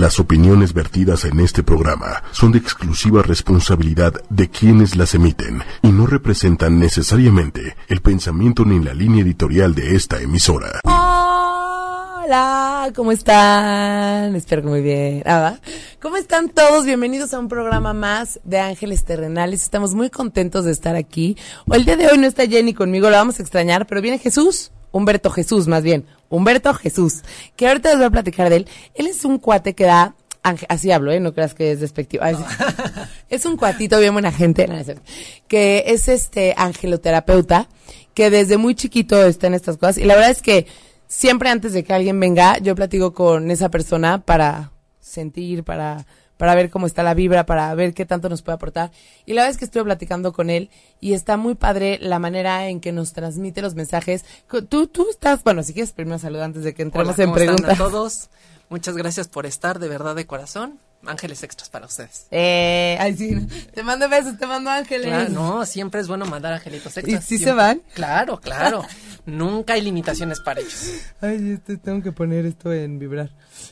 Las opiniones vertidas en este programa son de exclusiva responsabilidad de quienes las emiten y no representan necesariamente el pensamiento ni la línea editorial de esta emisora. Hola, ¿cómo están? Espero que muy bien. ¿Cómo están todos? Bienvenidos a un programa más de Ángeles Terrenales. Estamos muy contentos de estar aquí. El día de hoy no está Jenny conmigo, lo vamos a extrañar, pero viene Humberto Jesús, que ahorita les voy a platicar de él. Él es un cuate que da, así hablo, no creas que es despectivo. Es un cuatito bien buena gente, que es angeloterapeuta, que desde muy chiquito está en estas cosas. Y la verdad es que siempre antes de que alguien venga, yo platico con esa persona para sentir, para ver cómo está la vibra, para ver qué tanto nos puede aportar. Y la verdad es que estuve platicando con él y está muy padre la manera en que nos transmite los mensajes. Tú estás, bueno, si quieres primero saludar antes de que entremos en preguntas. Hola, ¿cómo están a todos? Muchas gracias por estar, de verdad, de corazón. Ángeles extras para ustedes. Sí, te mando besos, te mando ángeles. Claro, no, siempre es bueno mandar angelitos extras. ¿Y si se van? Claro. Nunca hay limitaciones para ellos. Ay, tengo que poner esto en vibrar.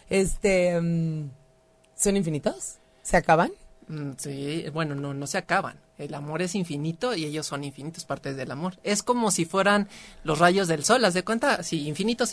¿Son infinitos? ¿Se acaban? Sí, bueno, no se acaban. El amor es infinito y ellos son infinitos, partes del amor. Es como si fueran los rayos del sol, ¿haz de cuenta? Sí, infinitos.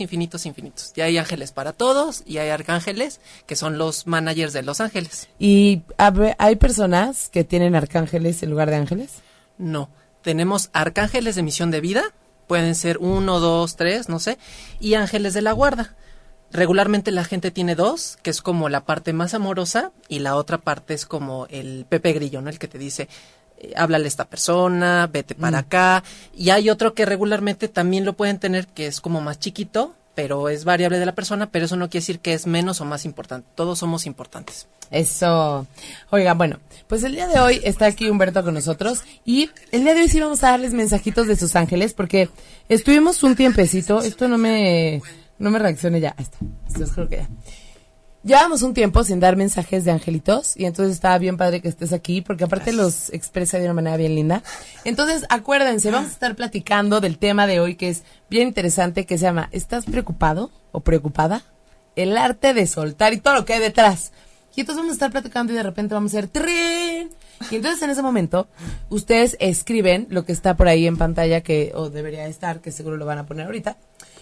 Y hay ángeles para todos y hay arcángeles que son los managers de los ángeles. ¿Y hay personas que tienen arcángeles en lugar de ángeles? No, tenemos arcángeles de misión de vida, pueden ser 1, 2, 3, no sé, y ángeles de la guarda. Regularmente la gente tiene dos, que es como la parte más amorosa, y la otra parte es como el Pepe Grillo, ¿no? El que te dice, háblale a esta persona, vete para acá. Y hay otro que regularmente también lo pueden tener, que es como más chiquito, pero es variable de la persona, pero eso no quiere decir que es menos o más importante. Todos somos importantes. Eso. Oigan, bueno, pues el día de hoy está aquí Humberto con nosotros y el día de hoy sí vamos a darles mensajitos de sus ángeles porque estuvimos un tiempecito, esto no me reaccione ya. Ahí está. Esto creo que ya. Llevamos un tiempo sin dar mensajes de angelitos y entonces estaba bien padre que estés aquí porque aparte los expresa de una manera bien linda. Entonces acuérdense, vamos a estar platicando del tema de hoy que es bien interesante, que se llama ¿estás preocupado o preocupada? El arte de soltar y todo lo que hay detrás. Y entonces vamos a estar platicando y de repente vamos a hacer ¡trin! Y entonces en ese momento ustedes escriben lo que está por ahí en pantalla o debería estar, que seguro lo van a poner ahorita,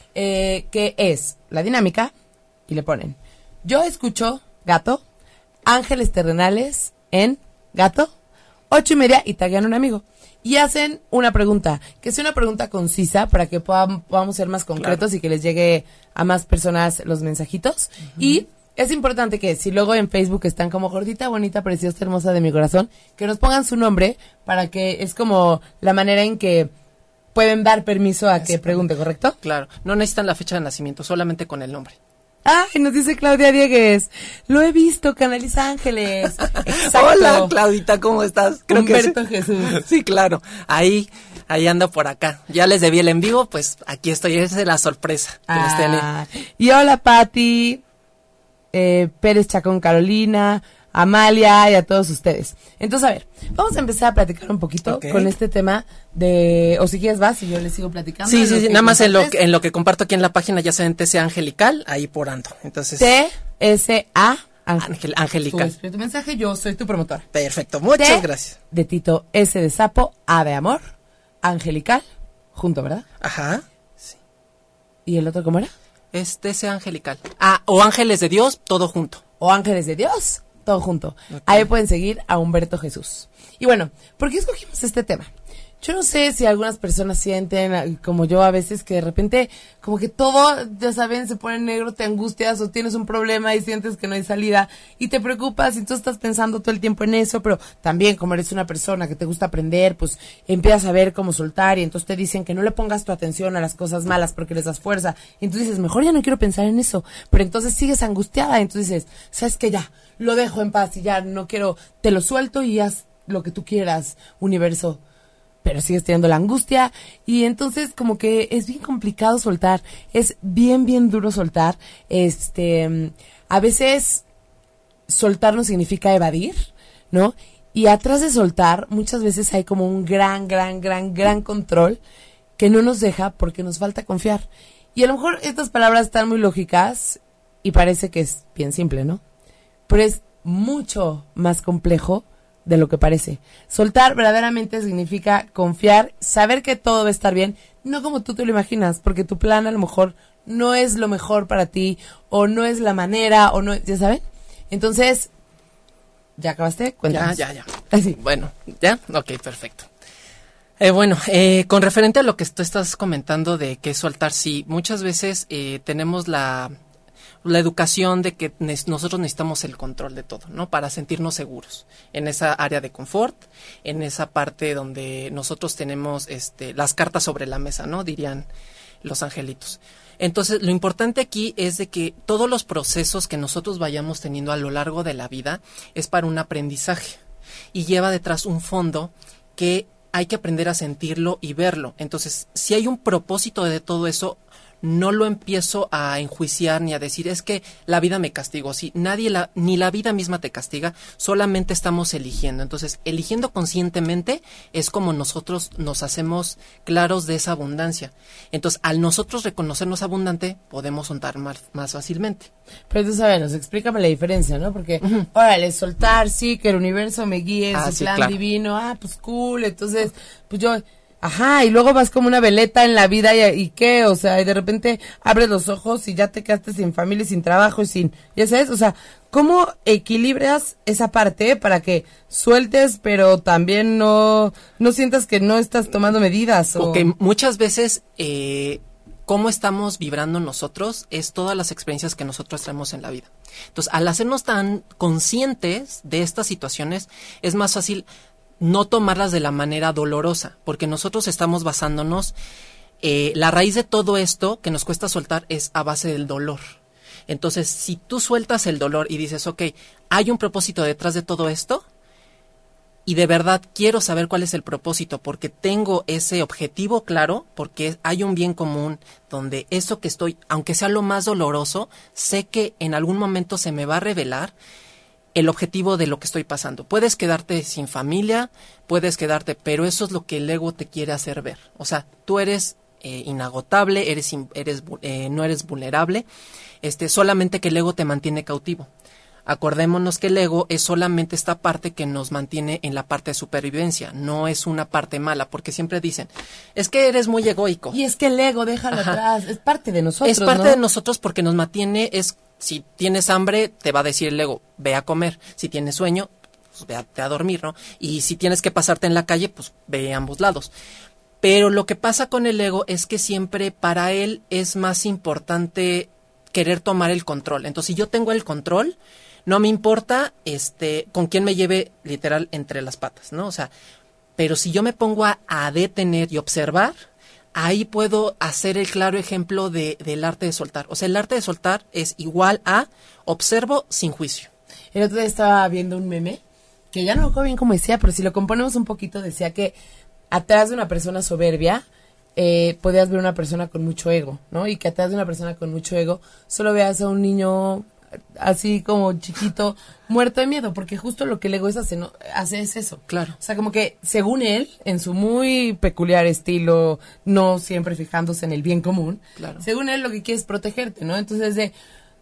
que es la dinámica y le ponen yo escucho gato, ángeles terrenales en gato, 8:30 y taguean a un amigo. Y hacen una pregunta, que sea una pregunta concisa para que podamos ser más concretos, claro, y que les llegue a más personas los mensajitos. Uh-huh. Y es importante que si luego en Facebook están como gordita, bonita, preciosa, hermosa de mi corazón, que nos pongan su nombre para que es como la manera en que pueden dar permiso a que pregunte, ¿correcto? Claro, no necesitan la fecha de nacimiento, solamente con el nombre. Ay, nos dice Claudia Diegues, lo he visto, canaliza ángeles. Exacto. Hola, Claudita, ¿cómo estás? Creo Humberto que sí. Jesús. Sí, claro, ahí ando por acá. Ya les debí el en vivo, pues aquí estoy, esa es la sorpresa que les tiene. Y hola, Pati, Pérez Chacón Carolina, Amalia y a todos ustedes. Entonces, a ver, vamos a empezar a platicar un poquito con este tema de, o si quieres vas y yo les sigo platicando. Sí, nada más en lo que comparto aquí en la página, ya saben, TSA Angelical, ahí por ando. Entonces, TSA Angelical. Tu mensaje, yo soy tu promotora. Perfecto, muchas gracias. De Tito, S de sapo, A de amor, Angelical, junto, ¿verdad? Ajá, sí. ¿Y el otro cómo era? Es TSA Angelical. O Ángeles de Dios, todo junto. O Ángeles de Dios, todo junto. Okay. Ahí pueden seguir a Humberto Jesús. Y bueno, ¿por qué escogimos este tema? Yo no sé si algunas personas sienten, como yo a veces, que de repente, como que todo, ya saben, se pone negro, te angustias o tienes un problema y sientes que no hay salida y te preocupas y tú estás pensando todo el tiempo en eso, pero también como eres una persona que te gusta aprender, pues empiezas a ver cómo soltar y entonces te dicen que no le pongas tu atención a las cosas malas porque les das fuerza. Y entonces dices, mejor ya no quiero pensar en eso, pero entonces sigues angustiada y entonces dices, ¿sabes qué? Ya, lo dejo en paz y ya no quiero, te lo suelto y haz lo que tú quieras, universo. Pero sigues teniendo la angustia y entonces como que es bien complicado soltar, es bien duro soltar. A veces soltar no significa evadir, ¿no? Y atrás de soltar muchas veces hay como un gran control que no nos deja porque nos falta confiar. Y a lo mejor estas palabras están muy lógicas y parece que es bien simple, ¿no? pero es mucho más complejo de lo que parece. Soltar verdaderamente significa confiar, saber que todo va a estar bien, no como tú te lo imaginas, porque tu plan a lo mejor no es lo mejor para ti, o no es la manera, o no, ¿ya saben? Entonces, ¿ya acabaste? Cuéntanos. Ya. Así. Bueno, ¿ya? Ok, perfecto. Con referente a lo que tú estás comentando de que soltar, sí, muchas veces tenemos la educación de que nosotros necesitamos el control de todo, ¿no? Para sentirnos seguros en esa área de confort, en esa parte donde nosotros tenemos las cartas sobre la mesa, ¿no? Dirían los angelitos. Entonces, lo importante aquí es de que todos los procesos que nosotros vayamos teniendo a lo largo de la vida es para un aprendizaje y lleva detrás un fondo que hay que aprender a sentirlo y verlo. Entonces, si hay un propósito de todo eso, no lo empiezo a enjuiciar ni a decir, es que la vida me castigó. Sí, ni la vida misma te castiga, solamente estamos eligiendo. Entonces, eligiendo conscientemente es como nosotros nos hacemos claros de esa abundancia. Entonces, al nosotros reconocernos abundante, podemos soltar más fácilmente. Pero tú sabes, explícame la diferencia, ¿no? Porque, órale, soltar, sí, que el universo me guíe en su sí, plan claro. divino, pues cool, entonces, pues yo... Ajá, y luego vas como una veleta en la vida y qué, o sea, y de repente abres los ojos y ya te quedaste sin familia, sin trabajo y sin, ya sabes, o sea, ¿cómo equilibras esa parte para que sueltes, pero también no sientas que no estás tomando medidas? Porque muchas veces, cómo estamos vibrando nosotros es todas las experiencias que nosotros traemos en la vida. Entonces, al hacernos tan conscientes de estas situaciones, es más fácil no tomarlas de la manera dolorosa, porque nosotros estamos basándonos, la raíz de todo esto que nos cuesta soltar es a base del dolor. Entonces, si tú sueltas el dolor y dices, ok, hay un propósito detrás de todo esto, y de verdad quiero saber cuál es el propósito, porque tengo ese objetivo claro, porque hay un bien común, donde eso que estoy, aunque sea lo más doloroso, sé que en algún momento se me va a revelar el objetivo de lo que estoy pasando. Puedes quedarte sin familia, pero eso es lo que el ego te quiere hacer ver. O sea, tú eres inagotable, no eres vulnerable, solamente que el ego te mantiene cautivo. Acordémonos que el ego es solamente esta parte que nos mantiene en la parte de supervivencia, no es una parte mala, porque siempre dicen, es que eres muy egoico. Y es que el ego, déjalo atrás, es parte de nosotros, es parte ¿no? de nosotros porque nos mantiene, si tienes hambre, te va a decir el ego, ve a comer. Si tienes sueño, pues ve a dormir, ¿no? Y si tienes que pasarte en la calle, pues ve a ambos lados. Pero lo que pasa con el ego es que siempre para él es más importante querer tomar el control. Entonces, si yo tengo el control, no me importa con quién me lleve literal entre las patas, ¿no? O sea, pero si yo me pongo a detener y observar, ahí puedo hacer el claro ejemplo del arte de soltar. O sea, el arte de soltar es igual a observo sin juicio. El otro día estaba viendo un meme, que ya no me acuerdo bien cómo decía, pero si lo componemos un poquito, decía que atrás de una persona soberbia, podías ver una persona con mucho ego, ¿no? Y que atrás de una persona con mucho ego, solo veas a un niño así como chiquito, muerto de miedo, porque justo lo que el ego hace es eso. Claro. O sea, como que según él, en su muy peculiar estilo, no siempre fijándose en el bien común, claro, según él lo que quiere es protegerte, ¿no? Entonces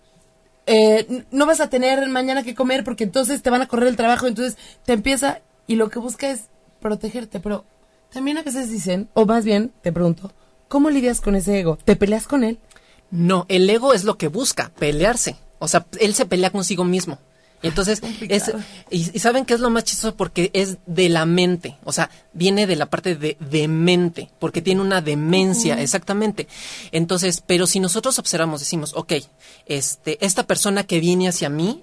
no vas a tener mañana que comer porque entonces te van a correr el trabajo, entonces te empieza, y lo que busca es protegerte, pero también a veces dicen, o más bien, te pregunto, ¿cómo lidias con ese ego? ¿Te peleas con él? No, el ego es lo que busca, pelearse. O sea, él se pelea consigo mismo. Entonces, y ¿saben qué es lo más chistoso? Porque es de la mente. O sea, viene de la parte de mente, porque tiene una demencia, exactamente. Entonces, pero si nosotros observamos, decimos, ok, esta persona que viene hacia mí,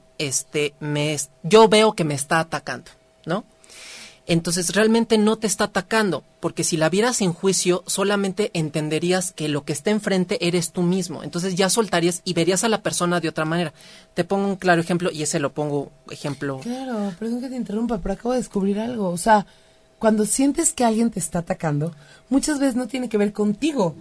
yo veo que me está atacando, ¿no? Entonces realmente no te está atacando, porque si la vieras en juicio, solamente entenderías que lo que está enfrente eres tú mismo. Entonces ya soltarías y verías a la persona de otra manera. Te pongo un claro ejemplo, y ese lo pongo ejemplo. Claro, perdón que te interrumpa, pero acabo de descubrir algo. O sea, cuando sientes que alguien te está atacando, muchas veces no tiene que ver contigo.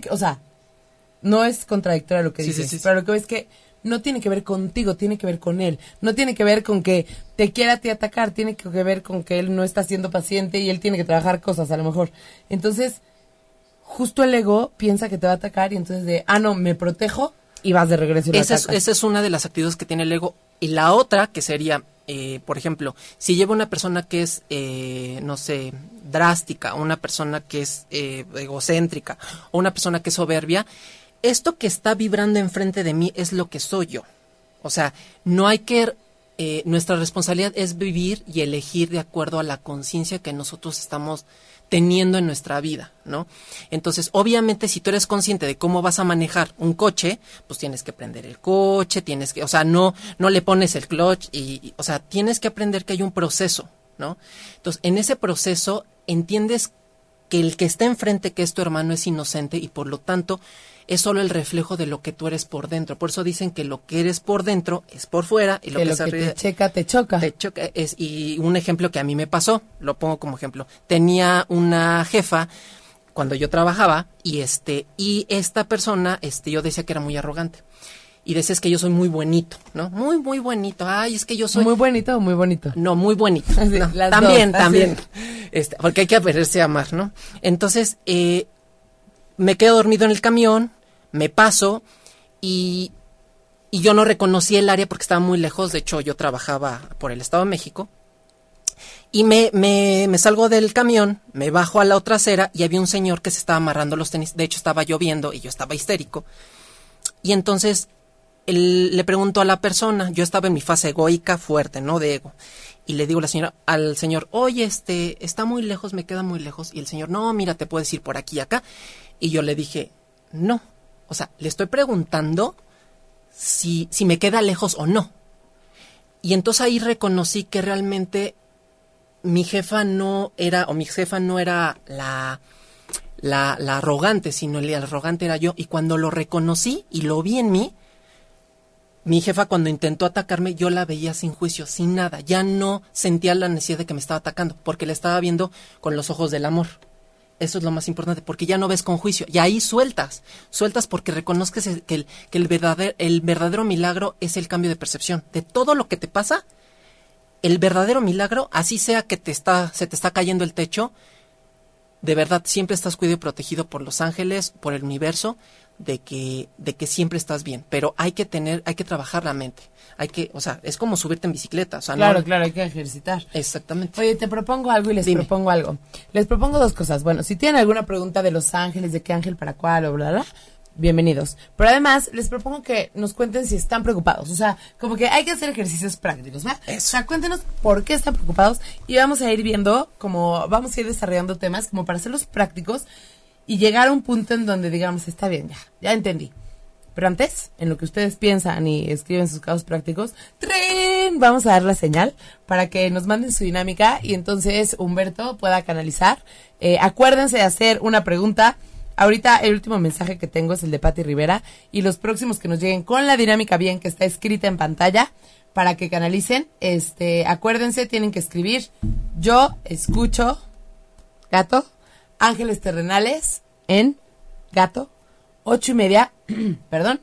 No es contradictorio lo que dices, sí. pero lo que ves es que no tiene que ver contigo, tiene que ver con él. No tiene que ver con que te quiera a ti atacar, tiene que ver con que él no está siendo paciente y él tiene que trabajar cosas a lo mejor. Entonces, justo el ego piensa que te va a atacar y entonces no, me protejo y vas de regreso y lo atacas. Esa es una de las actitudes que tiene el ego Y la otra, que sería, por ejemplo, si lleva una persona que es, no sé, drástica, una persona que es egocéntrica, o una persona que es soberbia, esto que está vibrando enfrente de mí es lo que soy yo. O sea, no hay que... nuestra responsabilidad es vivir y elegir de acuerdo a la conciencia que nosotros estamos teniendo en nuestra vida, ¿no? Entonces, obviamente, si tú eres consciente de cómo vas a manejar un coche, pues tienes que prender el coche, tienes que, o sea, no le pones el clutch o sea, tienes que aprender que hay un proceso, ¿no? Entonces, en ese proceso entiendes que el que está enfrente, que es tu hermano, es inocente y por lo tanto es solo el reflejo de lo que tú eres por dentro. Por eso dicen que lo que eres por dentro es por fuera y lo que te checa, te choca. Te choca. Y un ejemplo que a mí me pasó, lo pongo como ejemplo. Tenía una jefa cuando yo trabajaba y esta persona, yo decía que era muy arrogante. Y decía, es que yo soy muy buenito, ¿no? Muy, muy buenito. Ay, es que yo soy... ¿Muy buenito o muy bonito? No, muy buenito. Sí, no, también. Porque hay que aprenderse a amar, ¿no? Entonces, me quedo dormido en el camión, me paso y yo no reconocí el área porque estaba muy lejos. De hecho, yo trabajaba por el Estado de México. Y me salgo del camión, me bajo a la otra acera y había un señor que se estaba amarrando los tenis. De hecho, estaba lloviendo y yo estaba histérico. Y entonces le pregunto a la persona, yo estaba en mi fase egoica fuerte, ¿no? De ego. Y le digo al señor, oye, está muy lejos, me queda muy lejos. Y el señor, no, mira, te puedes ir por aquí y acá. Y yo le dije, no. O sea, le estoy preguntando si me queda lejos o no. Y entonces ahí reconocí que realmente mi jefa no era la arrogante, sino el arrogante era yo. Y cuando lo reconocí y lo vi en mí, mi jefa cuando intentó atacarme, yo la veía sin juicio, sin nada. Ya no sentía la necesidad de que me estaba atacando, porque la estaba viendo con los ojos del amor. Eso es lo más importante, porque ya no ves con juicio. Y ahí sueltas porque reconozcas que el verdadero milagro es el cambio de percepción. De todo lo que te pasa, el verdadero milagro, así sea que se te está cayendo el techo, de verdad siempre estás cuidado y protegido por los ángeles, por el universo, de que siempre estás bien. Pero hay que trabajar la mente. O sea, es como subirte en bicicleta. O sea, claro, hay que ejercitar. Exactamente. Oye, te propongo algo y Dime. propongo algo. Les propongo dos cosas. Bueno, si tienen alguna pregunta de los ángeles, de qué ángel para cuál o bla, bla, bienvenidos. Pero además, les propongo que nos cuenten si están preocupados. O sea, como que hay que hacer ejercicios prácticos, ¿va? Eso. O sea, cuéntenos por qué están preocupados y vamos a ir viendo, vamos a ir desarrollando temas como para hacerlos prácticos y llegar a un punto en donde digamos, está bien, ya entendí. Pero antes, en lo que ustedes piensan y escriben sus casos prácticos, ¡trin! Vamos a dar la señal para que nos manden su dinámica y entonces Humberto pueda canalizar. Acuérdense de hacer una pregunta. Ahorita el último mensaje que tengo es el de Pati Rivera y los próximos que nos lleguen con la dinámica bien que está escrita en pantalla para que canalicen. Acuérdense, tienen que escribir: yo escucho gato, ángeles terrenales en gato, 8:30, perdón,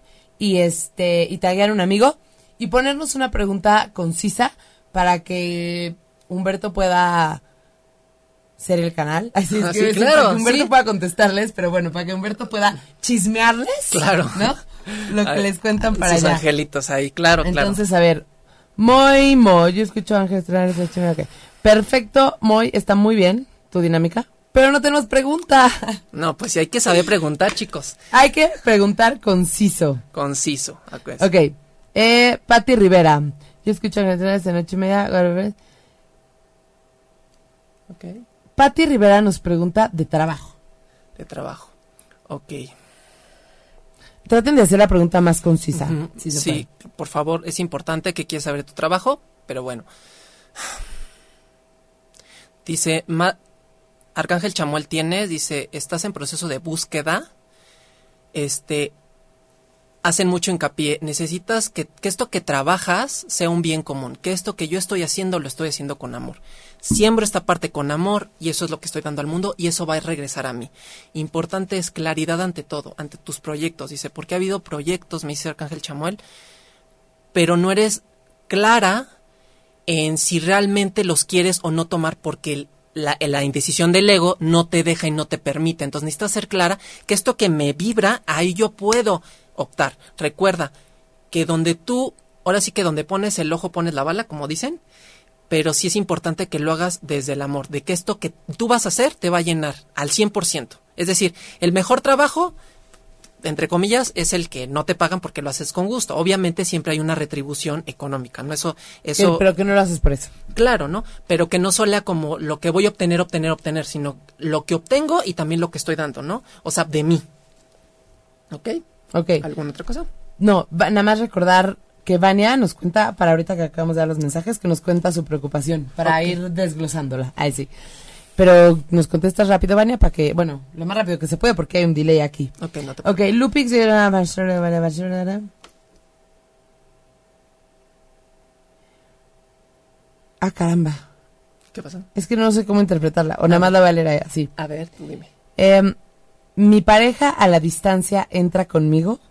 y taguear a un amigo y ponernos una pregunta concisa para que Humberto pueda ser el canal. Así es que claro, para que Humberto pueda contestarles, pero bueno, para que Humberto pueda chismearles, claro, ¿no? Lo que les cuentan para sus allá. Angelitos ahí, claro. Entonces, a ver, Moy, yo escucho ángeles terrenales, okay. Perfecto, Moy, está muy bien tu dinámica. Pero no tenemos pregunta. No, pues sí hay que saber preguntar, chicos. Hay que preguntar conciso. Conciso, acuérdense. Ok. Pati Rivera. Yo escucho en de 8:30. Ok. Pati Rivera nos pregunta de trabajo. De trabajo. Ok. Traten de hacer la pregunta más concisa. Uh-huh. Sí, por favor, es importante que quieras saber tu trabajo, pero bueno. Dice... Arcángel Chamuel dice, estás en proceso de búsqueda, hacen mucho hincapié, necesitas que esto que trabajas sea un bien común, que esto que yo estoy haciendo lo estoy haciendo con amor. Siembro esta parte con amor y eso es lo que estoy dando al mundo y eso va a regresar a mí. Importante es claridad ante todo, ante tus proyectos, dice, porque ha habido proyectos, me dice Arcángel Chamuel, pero no eres clara en si realmente los quieres o no tomar porque la indecisión del ego no te deja y no te permite. Entonces necesitas ser clara que esto que me vibra, ahí yo puedo optar. Recuerda que donde tú ahora sí que donde pones el ojo pones la bala, como dicen, pero sí es importante que lo hagas desde el amor, de que esto que tú vas a hacer te va a llenar al 100%. Es decir, el mejor trabajo, entre comillas, es el que no te pagan porque lo haces con gusto. Obviamente siempre hay una retribución económica, ¿no? Eso. Pero que no lo haces por eso. Claro, ¿no? Pero que no solo como lo que voy a obtener, sino lo que obtengo y también lo que estoy dando, ¿no? O sea, de mí. ¿Ok? Ok. ¿Alguna otra cosa? No, nada más recordar que Vania nos cuenta, para ahorita que acabamos de dar los mensajes, que nos cuenta su preocupación, para ir desglosándola. Ahí sí. Pero nos contestas rápido, Vania, para que, bueno, lo más rápido que se puede, porque hay un delay aquí. Ok, no te preocupes. Ok, Lupix. Ah, caramba. ¿Qué pasa? Es que no sé cómo interpretarla, o nada más la voy a leer así. A ver, tú dime. ¿Mi pareja a la distancia entra conmigo?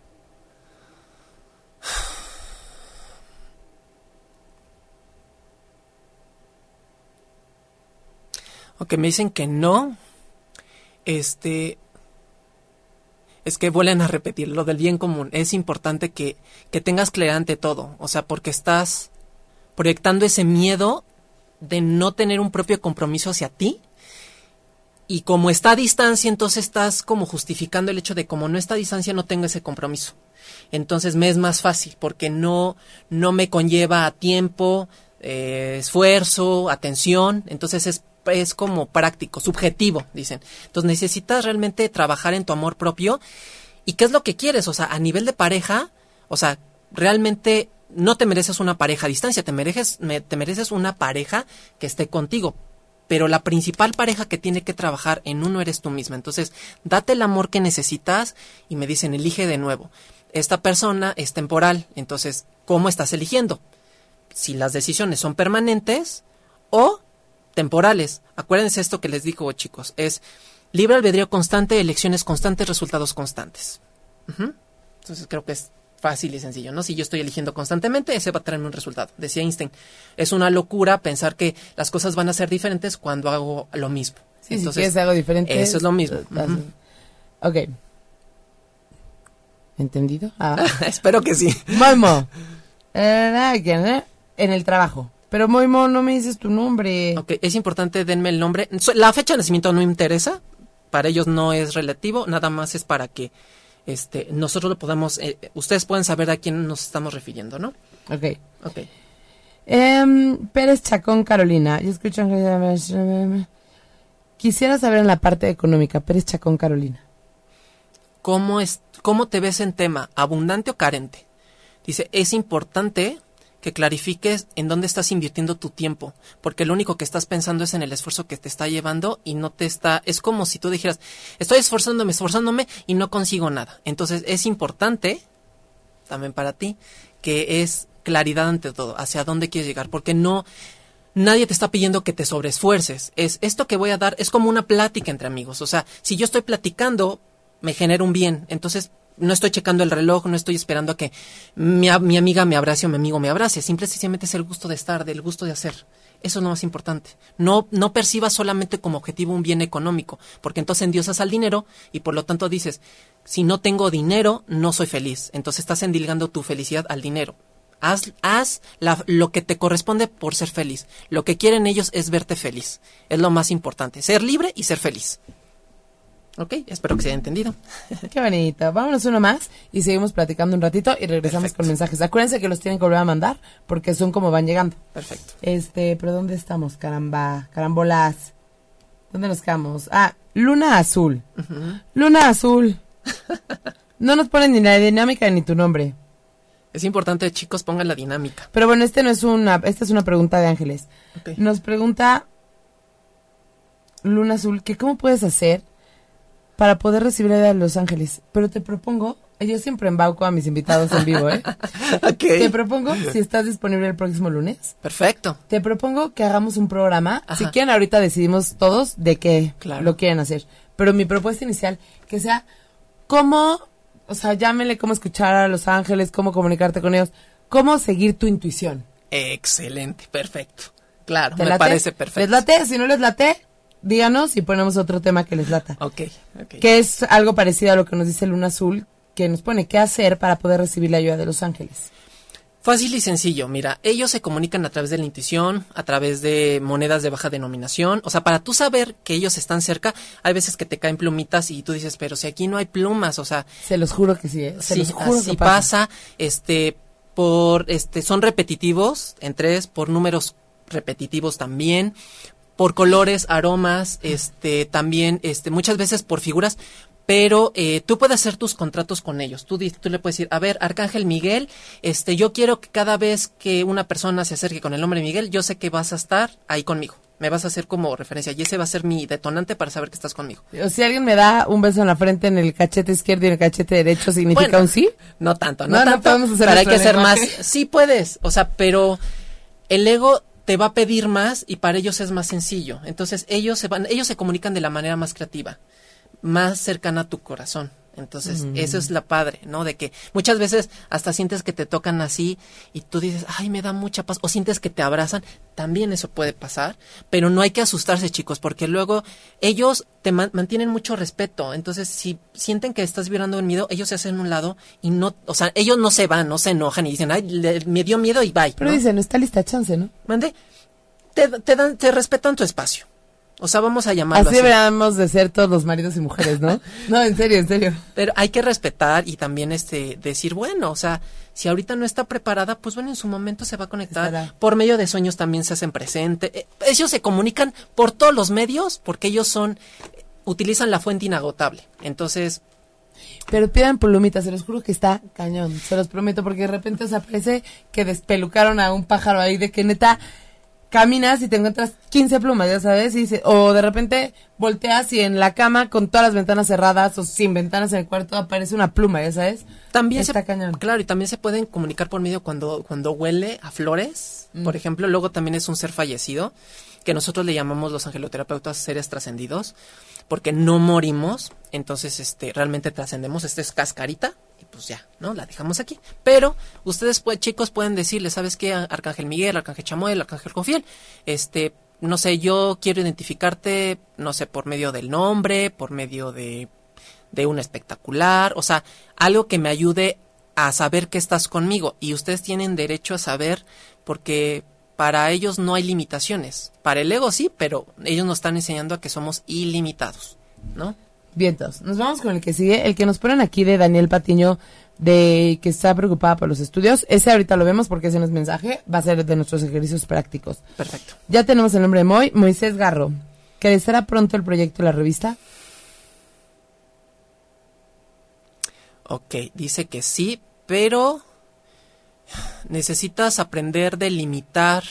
Ok, me dicen que no. Es que vuelven a repetir lo del bien común. Es importante que tengas claridad ante todo. O sea, porque estás proyectando ese miedo de no tener un propio compromiso hacia ti. Y como está a distancia, entonces estás como justificando el hecho de como no está a distancia, no tengo ese compromiso. Entonces me es más fácil porque no me conlleva a tiempo, esfuerzo, atención. Entonces es como práctico, subjetivo, dicen. Entonces necesitas realmente trabajar en tu amor propio. ¿Y qué es lo que quieres? O sea, a nivel de pareja, o sea, realmente no te mereces una pareja a distancia, te mereces una pareja que esté contigo. Pero la principal pareja que tiene que trabajar en uno eres tú misma. Entonces, date el amor que necesitas y me dicen, elige de nuevo. Esta persona es temporal, entonces, ¿cómo estás eligiendo? Si las decisiones son permanentes o temporales. Acuérdense esto que les digo, chicos, es libre albedrío constante, elecciones constantes, resultados constantes. Entonces, creo que es fácil y sencillo, ¿no? Si yo estoy eligiendo constantemente, ese va a traerme un resultado. Decía Einstein, es una locura pensar que las cosas van a ser diferentes cuando hago lo mismo. Sí, entonces, si algo diferente. Eso es lo mismo. Ok. ¿Entendido? Espero que sí. Moimo. En el trabajo. Pero Moimo, no me dices tu nombre. Ok, es importante, denme el nombre. La fecha de nacimiento no me interesa. Para ellos no es relativo, nada más es para que nosotros lo podamos, ustedes pueden saber a quién nos estamos refiriendo, ¿no? Ok. Pérez Chacón, Carolina. Yo escucho. Quisiera saber en la parte económica, Pérez Chacón, Carolina. ¿Cómo te ves en tema? ¿Abundante o carente? Dice, es importante que clarifiques en dónde estás invirtiendo tu tiempo, porque lo único que estás pensando es en el esfuerzo que te está llevando y no te está, es como si tú dijeras, estoy esforzándome y no consigo nada. Entonces es importante, también para ti, que es claridad ante todo, hacia dónde quieres llegar, porque nadie te está pidiendo que te sobreesfuerces. Esto que voy a dar es como una plática entre amigos, o sea, si yo estoy platicando, me genera un bien, entonces no estoy checando el reloj, no estoy esperando a que mi amiga me abrace o mi amigo me abrace. Simplemente es el gusto de estar, del gusto de hacer. Eso es lo más importante. No percibas solamente como objetivo un bien económico, porque entonces endiosas al dinero y por lo tanto dices, si no tengo dinero, no soy feliz. Entonces estás endilgando tu felicidad al dinero. Haz lo que te corresponde por ser feliz. Lo que quieren ellos es verte feliz. Es lo más importante. Ser libre y ser feliz. Ok, espero que se haya entendido. Qué bonito. Vámonos uno más y seguimos platicando un ratito y regresamos Perfecto. con mensajes. Acuérdense que los tienen que volver a mandar porque son como van llegando. Perfecto. Pero ¿dónde estamos? Carambolas. ¿Dónde nos quedamos? Luna Azul. Luna Azul. No nos ponen ni la dinámica ni tu nombre. Es importante, chicos, pongan la dinámica. Pero bueno, esta es una pregunta de Ángeles. Okay. Nos pregunta Luna Azul que cómo puedes hacer para poder recibir la ayuda de Los Ángeles. Pero te propongo, yo siempre embauco a mis invitados en vivo, Okay. Te propongo, si estás disponible el próximo lunes. Perfecto. Te propongo que hagamos un programa. Ajá. Si quieren, ahorita decidimos todos de qué Claro. lo quieren hacer. Pero mi propuesta inicial, que sea cómo, o sea, llámenle cómo escuchar a Los Ángeles, cómo comunicarte con ellos, cómo seguir tu intuición. Excelente, perfecto. Claro, ¿Te me late? parece perfecto. ¿Les late? Si no les late, díganos y ponemos otro tema que les lata. Ok. Que es algo parecido a lo que nos dice Luna Azul, que nos pone qué hacer para poder recibir la ayuda de Los Ángeles. Fácil y sencillo, mira, ellos se comunican a través de la intuición, a través de monedas de baja denominación, o sea, para tú saber que ellos están cerca, hay veces que te caen plumitas y tú dices, pero si aquí no hay plumas, o sea... Se los juro que sí, Se sí, los juro así que pasa, son repetitivos, en 3, por números repetitivos también, por colores, aromas, también, muchas veces por figuras. Pero tú puedes hacer tus contratos con ellos. Tú le puedes decir, a ver, Arcángel Miguel, yo quiero que cada vez que una persona se acerque con el nombre Miguel, yo sé que vas a estar ahí conmigo. Me vas a hacer como referencia y ese va a ser mi detonante para saber que estás conmigo. O si alguien me da un beso en la frente, en el cachete izquierdo y en el cachete derecho, ¿significa un sí? No tanto, no podemos hacer pero hay que hacer lenguaje. más. Sí puedes, o sea, pero el ego te va a pedir más y para ellos es más sencillo. Entonces ellos se comunican de la manera más creativa, más cercana a tu corazón. Entonces, eso es la padre, ¿no? De que muchas veces hasta sientes que te tocan así y tú dices, ay, me da mucha paz, o sientes que te abrazan, también eso puede pasar, pero no hay que asustarse, chicos, porque luego ellos te mantienen mucho respeto. Entonces, si sienten que estás vibrando en miedo, ellos se hacen a un lado y no, o sea, ellos no se van, no se enojan y dicen, ay, me dio miedo y bye, pero ¿no? dicen, no está lista chance, ¿no? Mande, te respetan tu espacio. O sea, vamos a llamarlo así. Deberíamos de ser todos los maridos y mujeres, ¿no? No, en serio, en serio. Pero hay que respetar y también decir, bueno, o sea, si ahorita no está preparada, pues bueno, en su momento se va a conectar. Estará. Por medio de sueños también se hacen presente. Ellos se comunican por todos los medios porque ellos utilizan la fuente inagotable. Entonces... Pero pidan plumitas, se los juro que está cañón, se los prometo, porque de repente os parece que despelucaron a un pájaro ahí, de que neta... Caminas y te encuentras 15 plumas, ya sabes, o de repente volteas y en la cama con todas las ventanas cerradas o sin ventanas en el cuarto aparece una pluma, ya sabes. También está cañón. Claro, y también se pueden comunicar por medio cuando huele a flores, por ejemplo. Luego también es un ser fallecido, que nosotros le llamamos los angeloterapeutas seres trascendidos, porque no morimos, entonces realmente trascendemos. Es cascarita. Y pues ya, ¿no? La dejamos aquí. Pero ustedes, chicos, pueden decirle, ¿sabes qué? Arcángel Miguel, Arcángel Chamuel, Arcángel Jofiel, no sé, yo quiero identificarte, no sé, por medio del nombre, por medio de un espectacular, o sea, algo que me ayude a saber que estás conmigo. Y ustedes tienen derecho a saber, porque para ellos no hay limitaciones. Para el ego sí, pero ellos nos están enseñando a que somos ilimitados, ¿no? Vientos, nos vamos con el que sigue, el que nos ponen aquí de Daniel Patiño, de que está preocupada por los estudios. Ese ahorita lo vemos porque ese no es mensaje, va a ser de nuestros ejercicios prácticos. Perfecto. Ya tenemos el nombre de Moisés Garro. ¿Crecerá pronto el proyecto de la revista? Ok, dice que sí, pero necesitas aprender a delimitar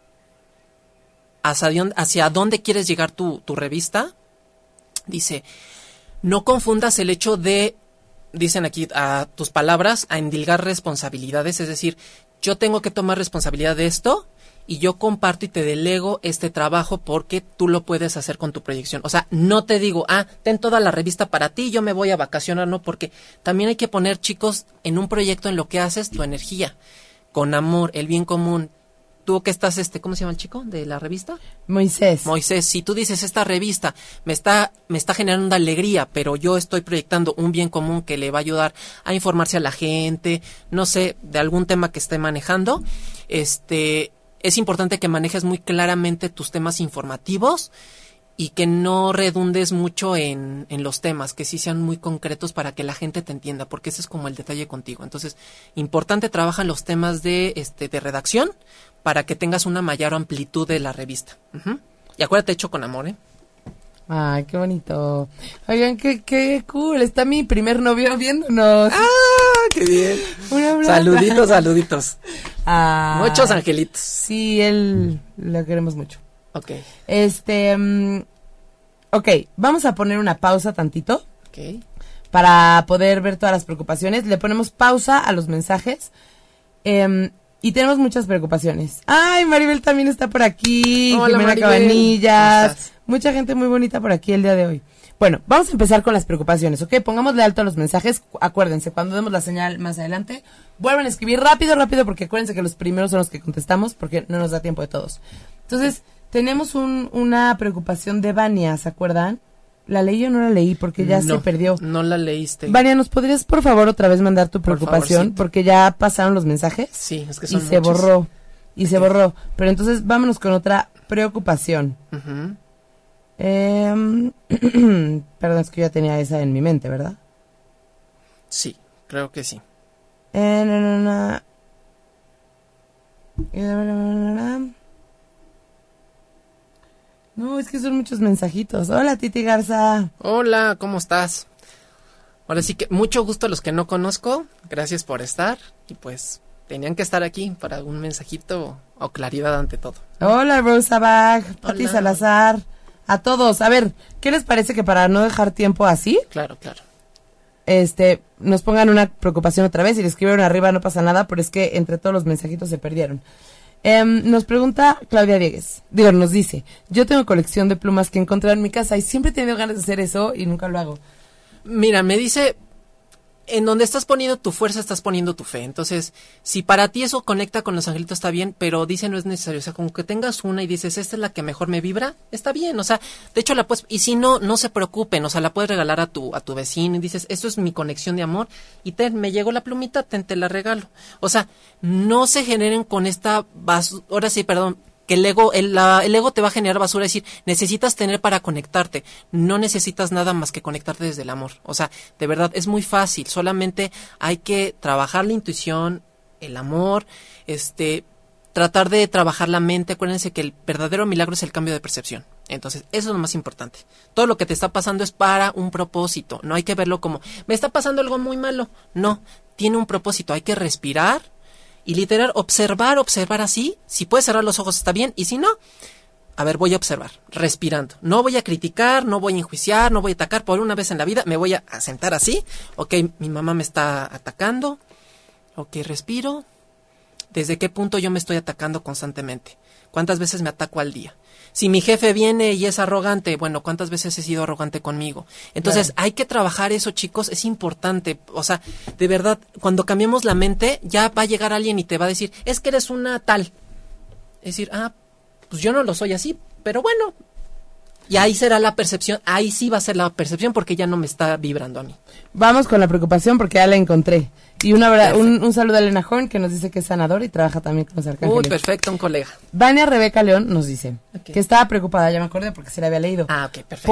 hacia dónde quieres llegar tu revista. Dice, no confundas el hecho de, dicen aquí a tus palabras, a endilgar responsabilidades, es decir, yo tengo que tomar responsabilidad de esto y yo comparto y te delego este trabajo porque tú lo puedes hacer con tu proyección. O sea, no te digo, ten toda la revista para ti, yo me voy a vacacionar, no, porque también hay que poner, chicos, en un proyecto en lo que haces tu energía, con amor, el bien común. Tú que estás, ¿cómo se llama el chico de la revista? Moisés, si tú dices, esta revista me está generando una alegría, pero yo estoy proyectando un bien común que le va a ayudar a informarse a la gente, no sé, de algún tema que esté manejando, es importante que manejes muy claramente tus temas informativos y que no redundes mucho en los temas, que sí sean muy concretos para que la gente te entienda, porque ese es como el detalle contigo. Entonces, importante, trabaja en los temas de redacción para que tengas una mayor amplitud de la revista. Y acuérdate, hecho con amor, ¿eh? Ay, qué bonito. Oigan, qué cool. Está mi primer novio viéndonos. ¡Ah, qué bien! Un abrazo. Saluditos. Muchos angelitos. Sí, él lo queremos mucho. Ok. Ok, vamos a poner una pausa tantito. Ok. Para poder ver todas las preocupaciones. Le ponemos pausa a los mensajes. Y tenemos muchas preocupaciones. Ay, Maribel también está por aquí. Hola, Jimena Maribel. Cabanillas. Mucha gente muy bonita por aquí el día de hoy. Bueno, vamos a empezar con las preocupaciones, ¿ok? Pongámosle alto a los mensajes. Acuérdense, cuando demos la señal más adelante, vuelvan a escribir rápido, porque acuérdense que los primeros son los que contestamos, porque no nos da tiempo de todos. Entonces, tenemos una preocupación de Vania, ¿se acuerdan? ¿La leí o no la leí? Porque ya se perdió. No la leíste. Vania, ¿nos podrías por favor otra vez mandar tu preocupación? Favor, sí. Porque ya pasaron los mensajes. Sí, es que son se muchos. borró. Y se borró. Pero entonces vámonos con otra preocupación. Ujú. Perdón, es que yo ya tenía esa en mi mente, ¿verdad? Sí, creo que sí. No, es que son muchos mensajitos. Hola, Titi Garza. Hola, ¿cómo estás? Ahora sí que mucho gusto a los que no conozco. Gracias por estar. Y pues tenían que estar aquí para un mensajito o claridad ante todo. Hola, Rosa Bach, Pati Hola. Salazar. A todos. A ver, ¿qué les parece que para no dejar tiempo así, Claro, claro. nos pongan una preocupación otra vez? Si le escribieron arriba no pasa nada, pero es que entre todos los mensajitos se perdieron. Nos pregunta Claudia Diegues. Nos dice, yo tengo colección de plumas que he encontrado en mi casa y siempre he tenido ganas de hacer eso y nunca lo hago. Mira, me dice, en donde estás poniendo tu fuerza, estás poniendo tu fe. Entonces, si para ti eso conecta con los angelitos, está bien, pero dice no es necesario. O sea, como que tengas una y dices, esta es la que mejor me vibra, está bien. O sea, de hecho la puedes, y si no, no se preocupen. O sea, la puedes regalar a tu vecino y dices, esto es mi conexión de amor. Y me llegó la plumita, te la regalo. O sea, no se generen con esta basura, ahora sí, perdón, que el ego te va a generar basura, es decir, necesitas tener para conectarte, no necesitas nada más que conectarte desde el amor. O sea, de verdad, es muy fácil, solamente hay que trabajar la intuición, el amor, tratar de trabajar la mente. Acuérdense que el verdadero milagro es el cambio de percepción. Entonces, eso es lo más importante. Todo lo que te está pasando es para un propósito, no hay que verlo como, me está pasando algo muy malo, no, tiene un propósito, hay que respirar, y literal, observar así. Si puedes cerrar los ojos está bien. Y si no, a ver, voy a observar, respirando. No voy a criticar, no voy a enjuiciar, no voy a atacar. Por una vez en la vida me voy a sentar así. Ok, mi mamá me está atacando. Ok, respiro. ¿Desde qué punto yo me estoy atacando constantemente? ¿Cuántas veces me ataco al día? Si mi jefe viene y es arrogante, bueno, ¿cuántas veces he sido arrogante conmigo? Entonces, hay que trabajar eso, chicos, es importante. O sea, de verdad, cuando cambiemos la mente, ya va a llegar alguien y te va a decir, es que eres una tal. Es decir, pues yo no lo soy así, pero bueno. Y ahí será la percepción, ahí sí va a ser la percepción porque ya no me está vibrando a mí. Vamos con la preocupación porque ya la encontré. Y un saludo a Elena Horn, que nos dice que es sanador y trabaja también con los arcángeles. Uy, perfecto, un colega. Vania Rebeca León nos dice Okay. que estaba preocupada, ya me acordé porque se la había leído. Ok, perfecto.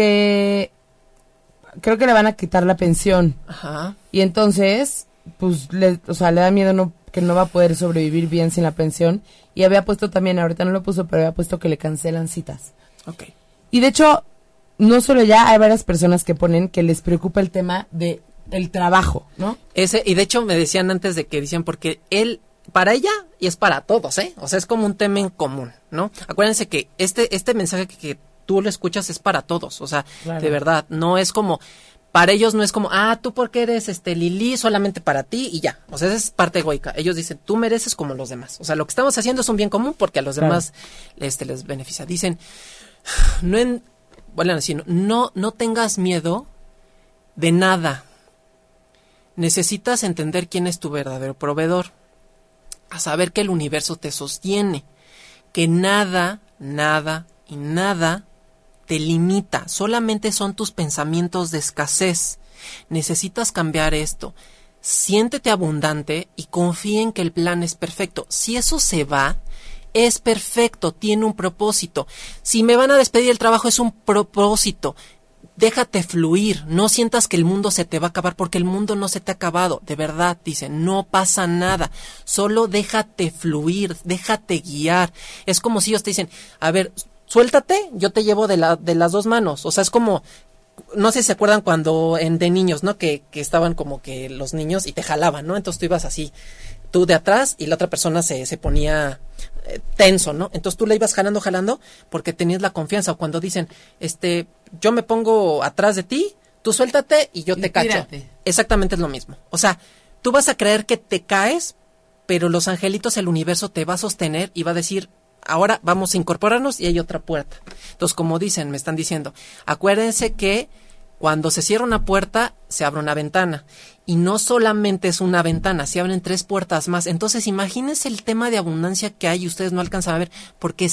Porque creo que le van a quitar la pensión. Ajá. Y entonces, pues, le da miedo que no va a poder sobrevivir bien sin la pensión. Y había puesto también, ahorita no lo puso, pero había puesto que le cancelan citas. Ok. Y de hecho, no solo ya, hay varias personas que ponen que les preocupa el tema de el trabajo, ¿no? Y de hecho me decían antes de que decían, porque para ella y es para todos, O sea, es como un tema en común, ¿no? Acuérdense que este mensaje que tú lo escuchas es para todos, o sea, claro. De verdad, no es como, para ellos no es como, tú porque eres Lili, solamente para ti y ya, o sea, esa es parte egoica. Ellos dicen, tú mereces como los demás, o sea, lo que estamos haciendo es un bien común porque a los demás les beneficia. Dicen, no tengas miedo de nada. Necesitas entender quién es tu verdadero proveedor, a saber que el universo te sostiene, que nada y nada te limita, solamente son tus pensamientos de escasez. Necesitas cambiar esto. Siéntete abundante y confía en que el plan es perfecto. Si eso se va, es perfecto, tiene un propósito. Si me van a despedir del trabajo, es un propósito. Déjate fluir, no sientas que el mundo se te va a acabar, porque el mundo no se te ha acabado, de verdad, dice, no pasa nada, solo déjate fluir, déjate guiar. Es como si ellos te dicen, a ver, suéltate, yo te llevo de las dos manos. O sea, es como, no sé si se acuerdan cuando de niños, ¿no? Que estaban como que los niños y te jalaban, ¿no? Entonces tú ibas así, tú de atrás y la otra persona se ponía tenso, ¿no? Entonces tú le ibas jalando porque tenías la confianza. O cuando dicen, yo me pongo atrás de ti, tú suéltate y yo te cacho. Exactamente es lo mismo. O sea, tú vas a creer que te caes, pero los angelitos, el universo te va a sostener y va a decir, ahora vamos a incorporarnos y hay otra puerta. Entonces, como me están diciendo, acuérdense que Cuando se cierra una puerta, se abre una ventana. Y no solamente es una ventana, se abren 3 puertas más. Entonces, imagínense el tema de abundancia que hay y ustedes no alcanzan a ver, porque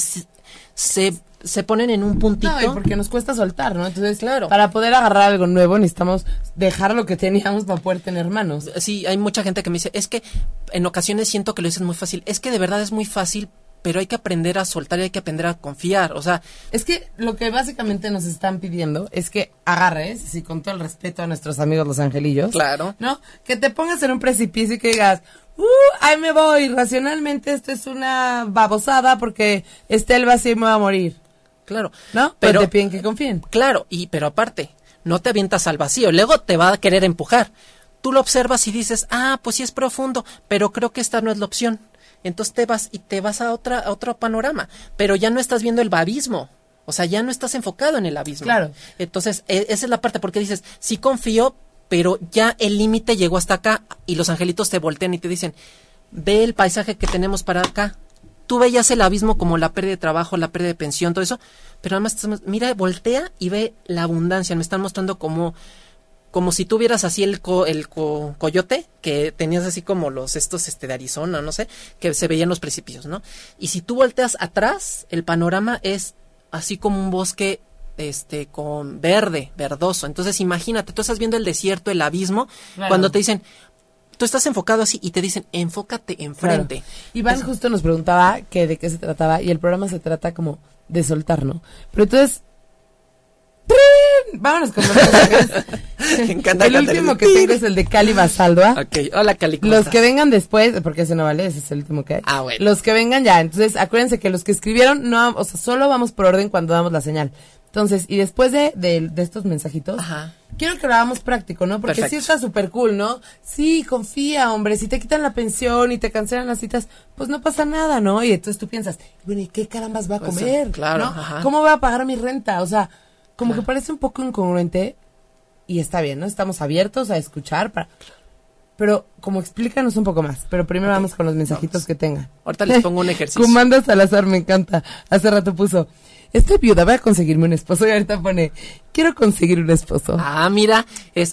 se ponen en un puntito. No, y porque nos cuesta soltar, ¿no? Entonces, claro, para poder agarrar algo nuevo necesitamos dejar lo que teníamos para poder tener manos. Sí, hay mucha gente que me dice, es que en ocasiones siento que lo dicen muy fácil. Es que de verdad es muy fácil, pero hay que aprender a soltar y hay que aprender a confiar, o sea... Es que lo que básicamente nos están pidiendo es que agarres, y con todo el respeto a nuestros amigos los angelillos, claro, ¿no? Que te pongas en un precipicio y que digas, ahí me voy, racionalmente esto es una babosada porque Estel va así y me va a morir. Claro. ¿No? Pero te piden que confíen. Claro, pero aparte, no te avientas al vacío, luego te va a querer empujar. Tú lo observas y dices, pues sí es profundo, pero creo que esta no es la opción. Entonces te vas a otro panorama, pero ya no estás viendo el abismo, o sea, ya no estás enfocado en el abismo. Claro. Entonces, esa es la parte, porque dices, sí confío, pero ya el límite llegó hasta acá, y los angelitos te voltean y te dicen, ve el paisaje que tenemos para acá. Tú veías el abismo como la pérdida de trabajo, la pérdida de pensión, todo eso, pero además, mira, voltea y ve la abundancia. Me están mostrando como si tuvieras así el coyote, que tenías así como estos de Arizona, no sé, que se veían los precipicios, ¿no? Y si tú volteas atrás, el panorama es así como un bosque con verdoso. Entonces imagínate, tú estás viendo el desierto, el abismo, claro, cuando te dicen, tú estás enfocado así y te dicen, enfócate enfrente. Claro. Iván justo nos preguntaba que de qué se trataba y el programa se trata como de soltar, ¿no? Pero entonces, vámonos con los mensajes. Me encanta. El último que tengo es el de Cali Basaldua. Ok, hola Cali. Los estás? Que vengan después, porque ese no vale, ese es el último que hay. Bueno. Los que vengan ya, entonces acuérdense que los que escribieron, no, o sea, solo vamos por orden cuando damos la señal. Entonces, y después de estos mensajitos, ajá, quiero que lo hagamos práctico, ¿no? Porque sí está súper cool, ¿no? Sí, confía, hombre, si te quitan la pensión y te cancelan las citas, pues no pasa nada, ¿no? Y entonces tú piensas, bueno, ¿y qué carambas va a comer? Claro, ¿no? ajá. ¿Cómo va a pagar mi renta? O sea, como claro, que parece un poco incongruente y está bien, ¿no? Estamos abiertos a escuchar pero como explícanos un poco más. Pero primero vamos con los mensajitos que tengan. Ahorita les pongo un ejercicio. Comanda Salazar, me encanta. Hace rato puso, estoy viuda, voy a conseguirme un esposo. Y ahorita pone, quiero conseguir un esposo. Mira,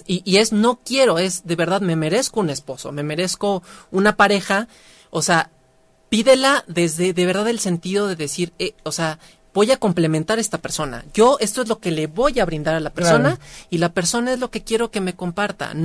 no quiero, es de verdad, me merezco un esposo, me merezco una pareja. O sea, pídela desde de verdad el sentido de decir, o sea, voy a complementar a esta persona. Esto es lo que le voy a brindar a la persona, claro, y la persona es lo que quiero que me comparta.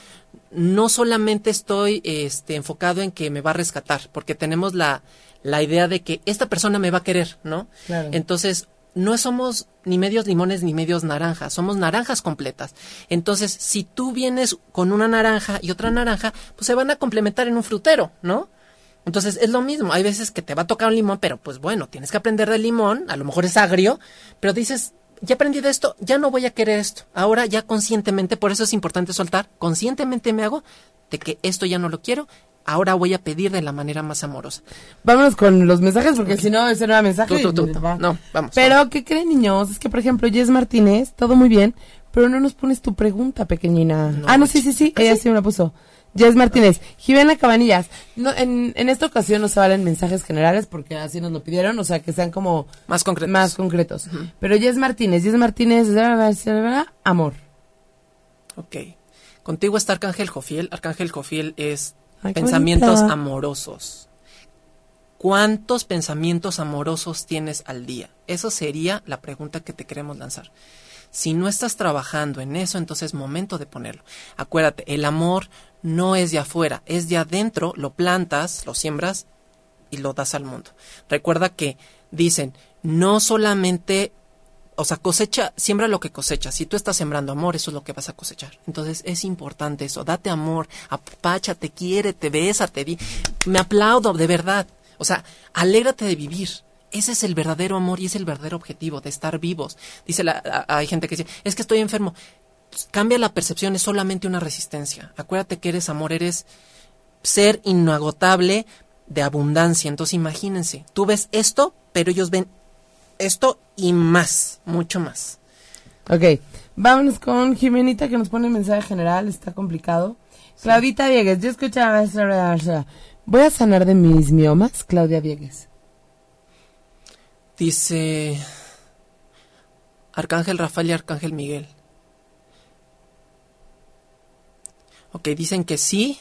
No solamente estoy enfocado en que me va a rescatar, porque tenemos la idea de que esta persona me va a querer, ¿no? Claro. Entonces, no somos ni medios limones ni medios naranjas, somos naranjas completas. Entonces, si tú vienes con una naranja y otra naranja, pues se van a complementar en un frutero, ¿no? Entonces, es lo mismo. Hay veces que te va a tocar un limón, pero pues bueno, tienes que aprender del limón, a lo mejor es agrio, pero dices, ya aprendí de esto, ya no voy a querer esto. Ahora ya conscientemente, por eso es importante soltar, conscientemente me hago de que esto ya no lo quiero, ahora voy a pedir de la manera más amorosa. Vámonos con los mensajes, porque si no, ese no era mensaje. No, vamos. Pero, ¿qué creen, niños? Es que, por ejemplo, Jess Martínez, todo muy bien, pero no nos pones tu pregunta, pequeñina. No, sí, ella sí me la puso. Jess Martínez, Jimena Cabanillas, no, en esta ocasión no se valen mensajes generales porque así nos lo pidieron, o sea, que sean como más concretos. Uh-huh. Pero Jess Martínez, amor. Ok. Contigo está Arcángel Jofiel. Arcángel Jofiel es pensamientos amorosos. ¿Cuántos pensamientos amorosos tienes al día? Eso sería la pregunta que te queremos lanzar. Si no estás trabajando en eso, entonces es momento de ponerlo. Acuérdate, el amor no es de afuera, es de adentro, lo plantas, lo siembras y lo das al mundo. Recuerda que dicen, no solamente, o sea, siembra lo que cosechas. Si tú estás sembrando amor, eso es lo que vas a cosechar. Entonces es importante eso, date amor, apáchate, quiérete, bésate, me aplaudo, de verdad. O sea, alégrate de vivir. Ese es el verdadero amor y es el verdadero objetivo de estar vivos. Hay gente que dice, es que estoy enfermo. Cambia la percepción, es solamente una resistencia. Acuérdate que eres amor, eres ser inagotable de abundancia. Entonces imagínense, tú ves esto, pero ellos ven esto y más, mucho más. Ok, vámonos con Jimenita que nos pone mensaje general, está complicado. Sí. Claudita Viegues, yo escuchaba, voy a sanar de mis miomas, Claudia Viegues. Dice Arcángel Rafael y Arcángel Miguel, Ok, dicen que sí,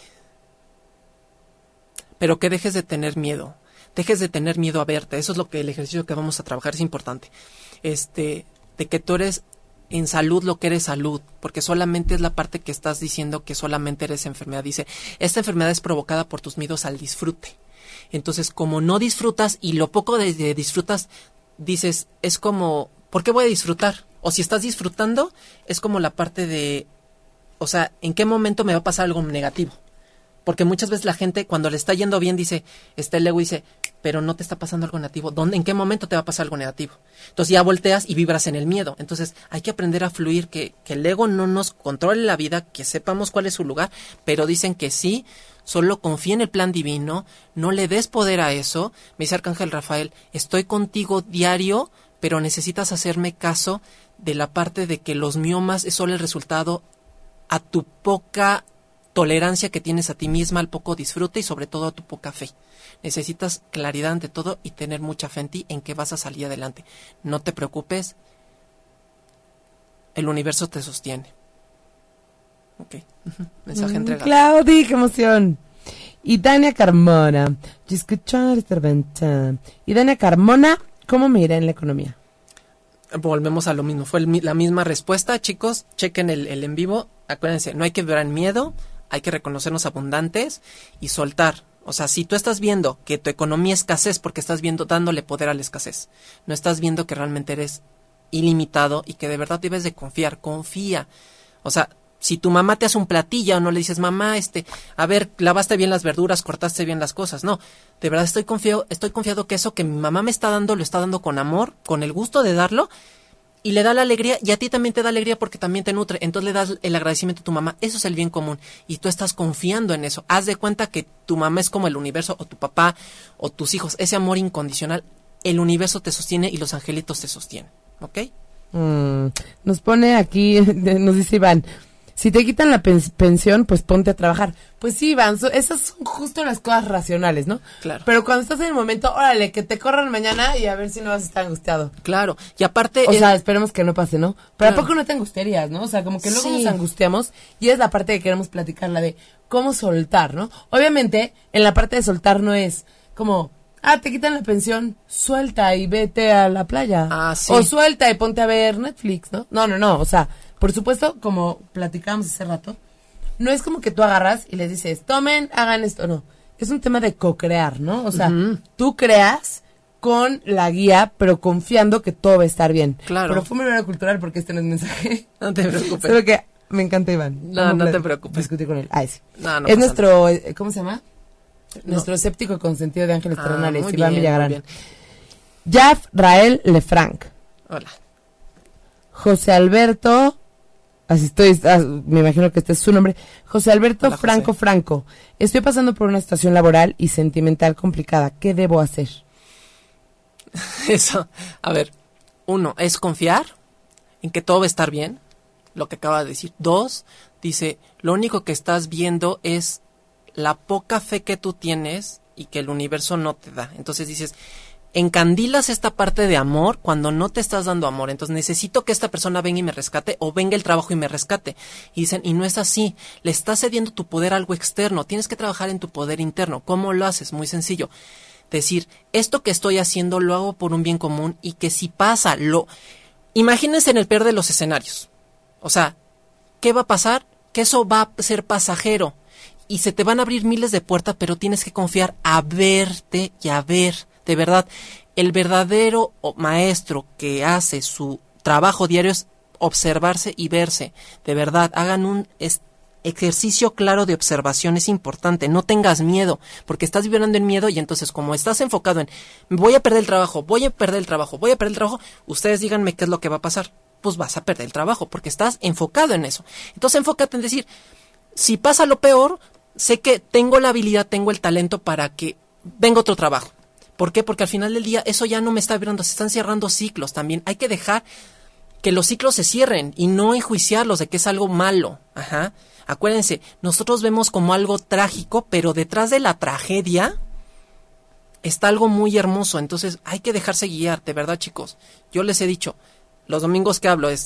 pero que dejes de tener miedo. Dejes de tener miedo a verte. Eso es lo que el ejercicio que vamos a trabajar es importante. De que tú eres en salud lo que eres salud, porque solamente es la parte que estás diciendo que solamente eres enfermedad. Dice, esta enfermedad es provocada por tus miedos al disfrute. Entonces, como no disfrutas y lo poco de disfrutas, dices, es como, ¿por qué voy a disfrutar? O si estás disfrutando, es como la parte de, o sea, ¿en qué momento me va a pasar algo negativo? Porque muchas veces la gente, cuando le está yendo bien, dice, el ego dice, pero no te está pasando algo negativo. ¿Dónde, en qué momento te va a pasar algo negativo? Entonces ya volteas y vibras en el miedo. Entonces hay que aprender a fluir, que el ego no nos controle la vida, que sepamos cuál es su lugar, pero dicen que sí, solo confía en el plan divino, no le des poder a eso. Me dice Arcángel Rafael, estoy contigo diario, pero necesitas hacerme caso de la parte de que los miomas es solo el resultado a tu poca tolerancia que tienes a ti misma, al poco disfrute y sobre todo a tu poca fe. Necesitas claridad ante todo y tener mucha fe en ti, en que vas a salir adelante. No te preocupes, el universo te sostiene. Ok, mensaje entregado. Claudi, qué emoción. Y Dania Carmona, y Dania Carmona, ¿cómo me irá en la economía? Volvemos a lo mismo, fue la misma respuesta, chicos, chequen el en vivo, acuérdense, no hay que vibrar en miedo, hay que reconocernos abundantes y soltar. O sea, si tú estás viendo que tu economía es escasez porque estás viendo dándole poder a la escasez, no estás viendo que realmente eres ilimitado y que de verdad debes de confiar, confía. O sea, si tu mamá te hace un platillo, no le dices, mamá, a ver, lavaste bien las verduras, cortaste bien las cosas. No, de verdad estoy confiado que eso que mi mamá me está dando, lo está dando con amor, con el gusto de darlo, y le da la alegría, y a ti también te da alegría porque también te nutre. Entonces le das el agradecimiento a tu mamá. Eso es el bien común, y tú estás confiando en eso. Haz de cuenta que tu mamá es como el universo, o tu papá, o tus hijos. Ese amor incondicional, el universo te sostiene y los angelitos te sostienen. ¿Ok? Nos pone aquí, nos dice Iván, si te quitan la pensión, pues ponte a trabajar. Pues sí, Iván, esas son justo las cosas racionales, ¿no? Claro. Pero cuando estás en el momento, órale, que te corran mañana y a ver si no vas a estar angustiado. Claro, y aparte... O sea, esperemos que no pase, ¿no? Pero claro. ¿a poco no te angustiarías, no? O sea, como que luego Sí. nos angustiamos y es la parte que queremos platicar, la de cómo soltar, ¿no? Obviamente, en la parte de soltar no es como... te quitan la pensión, suelta y vete a la playa. Sí. O suelta y ponte a ver Netflix, ¿no? No, o sea, por supuesto, como platicábamos hace rato, no es como que tú agarras y les dices, tomen, hagan esto, no. Es un tema de co-crear, ¿no? O sea, tú creas con la guía, pero confiando que todo va a estar bien. Claro. Pero fue muy buena cultural porque este no es mensaje. No te preocupes. Solo que me encanta Iván. No te preocupes. Discutir con él. Sí. No es pasa nuestro, ¿cómo se llama? Nuestro escéptico consentido de Ángeles Terrenales, muy Iván bien, Villagrán. muy bien. Jaf Rael Lefranc. Hola. José Alberto, me imagino que este es su nombre. José Alberto Hola, Franco José. Franco. Estoy pasando por una situación laboral y sentimental complicada. ¿Qué debo hacer? Eso, a ver, 1, es confiar en que todo va a estar bien, lo que acaba de decir. 2, dice, lo único que estás viendo es la poca fe que tú tienes y que el universo no te da. Entonces dices, encandilas esta parte de amor cuando no te estás dando amor. Entonces necesito que esta persona venga y me rescate, o venga el trabajo y me rescate. Y dicen, y no es así, le estás cediendo tu poder a algo externo, tienes que trabajar en tu poder interno. ¿Cómo lo haces? Muy sencillo. Decir, esto que estoy haciendo lo hago por un bien común, y que si pasa, imagínense en el peor de los escenarios. O sea, ¿qué va a pasar? Que eso va a ser pasajero. Y se te van a abrir miles de puertas, pero tienes que confiar a verte y a ver. De verdad, el verdadero maestro que hace su trabajo diario es observarse y verse. De verdad, hagan un ejercicio claro de observación, es importante. No tengas miedo, porque estás vibrando en miedo, y entonces como estás enfocado en voy a perder el trabajo, ustedes díganme qué es lo que va a pasar. Pues vas a perder el trabajo, porque estás enfocado en eso. Entonces enfócate en decir, si pasa lo peor, sé que tengo la habilidad, tengo el talento para que venga otro trabajo. ¿Por qué? Porque al final del día eso ya no me está vibrando, se están cerrando ciclos también. Hay que dejar que los ciclos se cierren y no enjuiciarlos de que es algo malo. Acuérdense, nosotros vemos como algo trágico, pero detrás de la tragedia está algo muy hermoso. Entonces hay que dejarse guiar, de verdad, chicos. Yo les he dicho, los domingos que hablo es,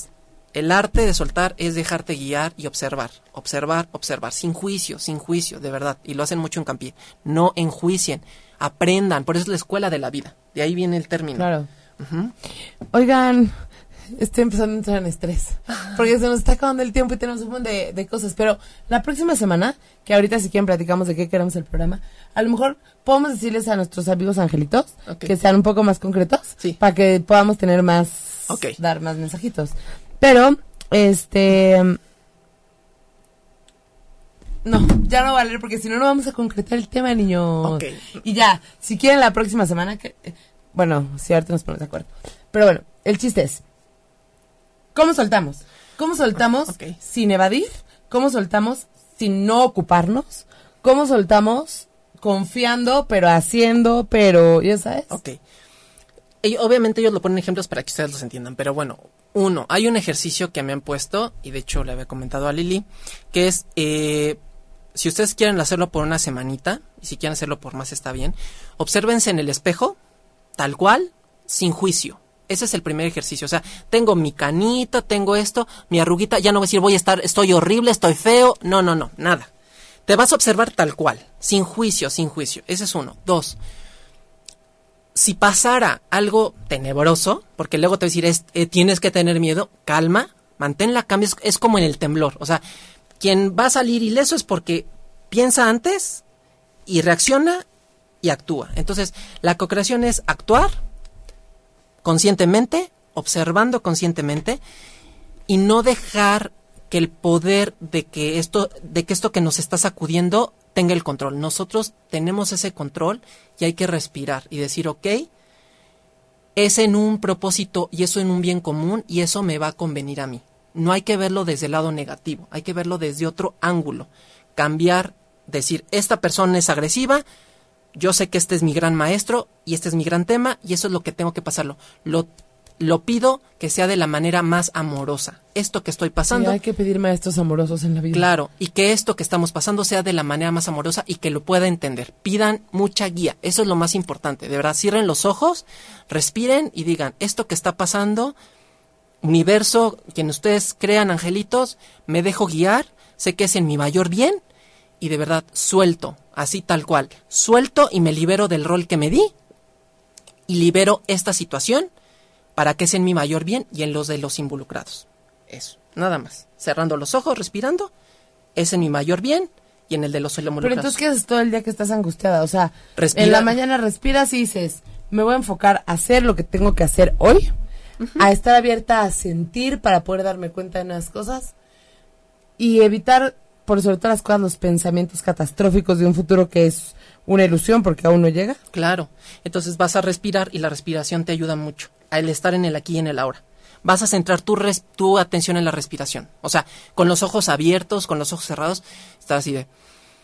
El arte de soltar es dejarte guiar y observar, sin juicio, de verdad. Y lo hacen mucho hincapié. No enjuicien, aprendan. Por eso es la escuela de la vida. De ahí viene el término. Claro. Oigan, estoy empezando a entrar en estrés. Porque se nos está acabando el tiempo y tenemos un montón de cosas. Pero la próxima semana, que ahorita si quieren platicamos de qué queremos el programa, a lo mejor podemos decirles a nuestros amigos angelitos que sean un poco más concretos. Sí. Para que podamos tener más, dar más mensajitos. Pero, no, ya no va a leer porque si no, no vamos a concretar el tema, niños. Y ya, si quieren la próxima semana, bueno, si ahorita nos ponemos de acuerdo. Pero bueno, el chiste es, ¿cómo soltamos? ¿Cómo soltamos sin evadir? ¿Cómo soltamos sin no ocuparnos? ¿Cómo soltamos confiando, pero haciendo, pero, ya sabes? Y obviamente ellos lo ponen ejemplos para que ustedes los entiendan, pero bueno, hay un ejercicio que me han puesto, y de hecho le había comentado a Lili, que es, si ustedes quieren hacerlo por una semanita, y si quieren hacerlo por más está bien, obsérvense en el espejo, tal cual, sin juicio. Ese es el primer ejercicio, o sea, tengo mi canita, tengo esto, mi arruguita, ya no voy a decir estoy horrible, estoy feo, no, nada. Te vas a observar tal cual, sin juicio, ese es 1. 2, si pasara algo tenebroso, porque luego te voy a decir, tienes que tener miedo, calma, mantén la calma, es como en el temblor. O sea, quien va a salir ileso es porque piensa antes y reacciona y actúa. Entonces, la co-creación es actuar conscientemente, observando conscientemente y no dejar que el poder de que esto que nos está sacudiendo tenga el control. Nosotros tenemos ese control y hay que respirar y decir, es en un propósito y eso en un bien común y eso me va a convenir a mí. No hay que verlo desde el lado negativo, hay que verlo desde otro ángulo. Cambiar, decir, esta persona es agresiva, yo sé que este es mi gran maestro y este es mi gran tema y eso es lo que tengo que pasarlo. Lo pido que sea de la manera más amorosa. Esto que estoy pasando... Sí, hay que pedir maestros amorosos en la vida. Claro, y que esto que estamos pasando sea de la manera más amorosa y que lo pueda entender. Pidan mucha guía, eso es lo más importante. De verdad, cierren los ojos, respiren y digan, esto que está pasando, universo, quien ustedes crean, angelitos, me dejo guiar, sé que es en mi mayor bien y de verdad suelto, así tal cual. Suelto y me libero del rol que me di y libero esta situación para que es en mi mayor bien y en los de los involucrados. Eso, nada más. Cerrando los ojos, respirando, es en mi mayor bien y en el de los involucrados. Pero entonces, ¿qué haces todo el día que estás angustiada? O sea, respira. En la mañana respiras y dices, me voy a enfocar a hacer lo que tengo que hacer hoy, a estar abierta a sentir para poder darme cuenta de nuevas cosas y evitar, por sobre todas las cosas, los pensamientos catastróficos de un futuro que es una ilusión porque aún no llega. Claro. Entonces vas a respirar y la respiración te ayuda mucho. Al estar en el aquí y en el ahora. Vas a centrar tu atención en la respiración. O sea, con los ojos abiertos, con los ojos cerrados, estás así de,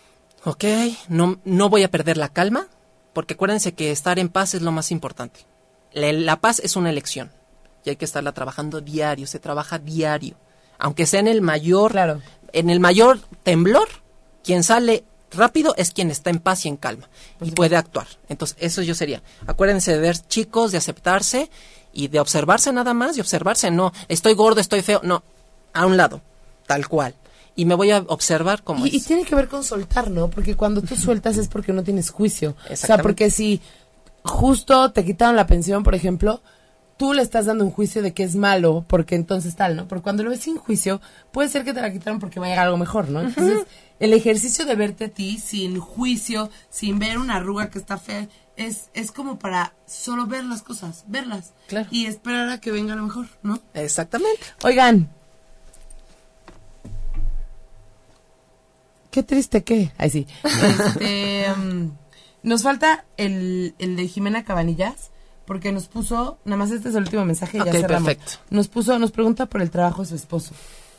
no voy a perder la calma, porque acuérdense que estar en paz es lo más importante. La paz es una elección y hay que estarla trabajando diario, se trabaja diario. Aunque sea en el mayor temblor, quien sale rápido es quien está en paz y en calma y puede actuar. Entonces, eso yo sería. Acuérdense de ver chicos, de aceptarse y de observarse nada más, y observarse, no, estoy gordo, estoy feo, no, a un lado, tal cual. Y me voy a observar como es. Y tiene que ver con soltar, ¿no? Porque cuando tú sueltas es porque no tienes juicio. O sea, porque si justo te quitaron la pensión, por ejemplo, tú le estás dando un juicio de que es malo, porque entonces tal, ¿no? Porque cuando lo ves sin juicio, puede ser que te la quitaron porque va a llegar algo mejor, ¿no? Entonces, el ejercicio de verte a ti sin juicio, sin ver una arruga que está fea, es como para solo ver las cosas, verlas. Claro. Y esperar a que venga lo mejor, ¿no? Exactamente. Oigan. Qué triste que. Ay, sí. Nos falta el de Jimena Cabanillas, porque nos puso, nada más este es el último mensaje y ya cerramos. Perfecto. Nos pregunta por el trabajo de su esposo.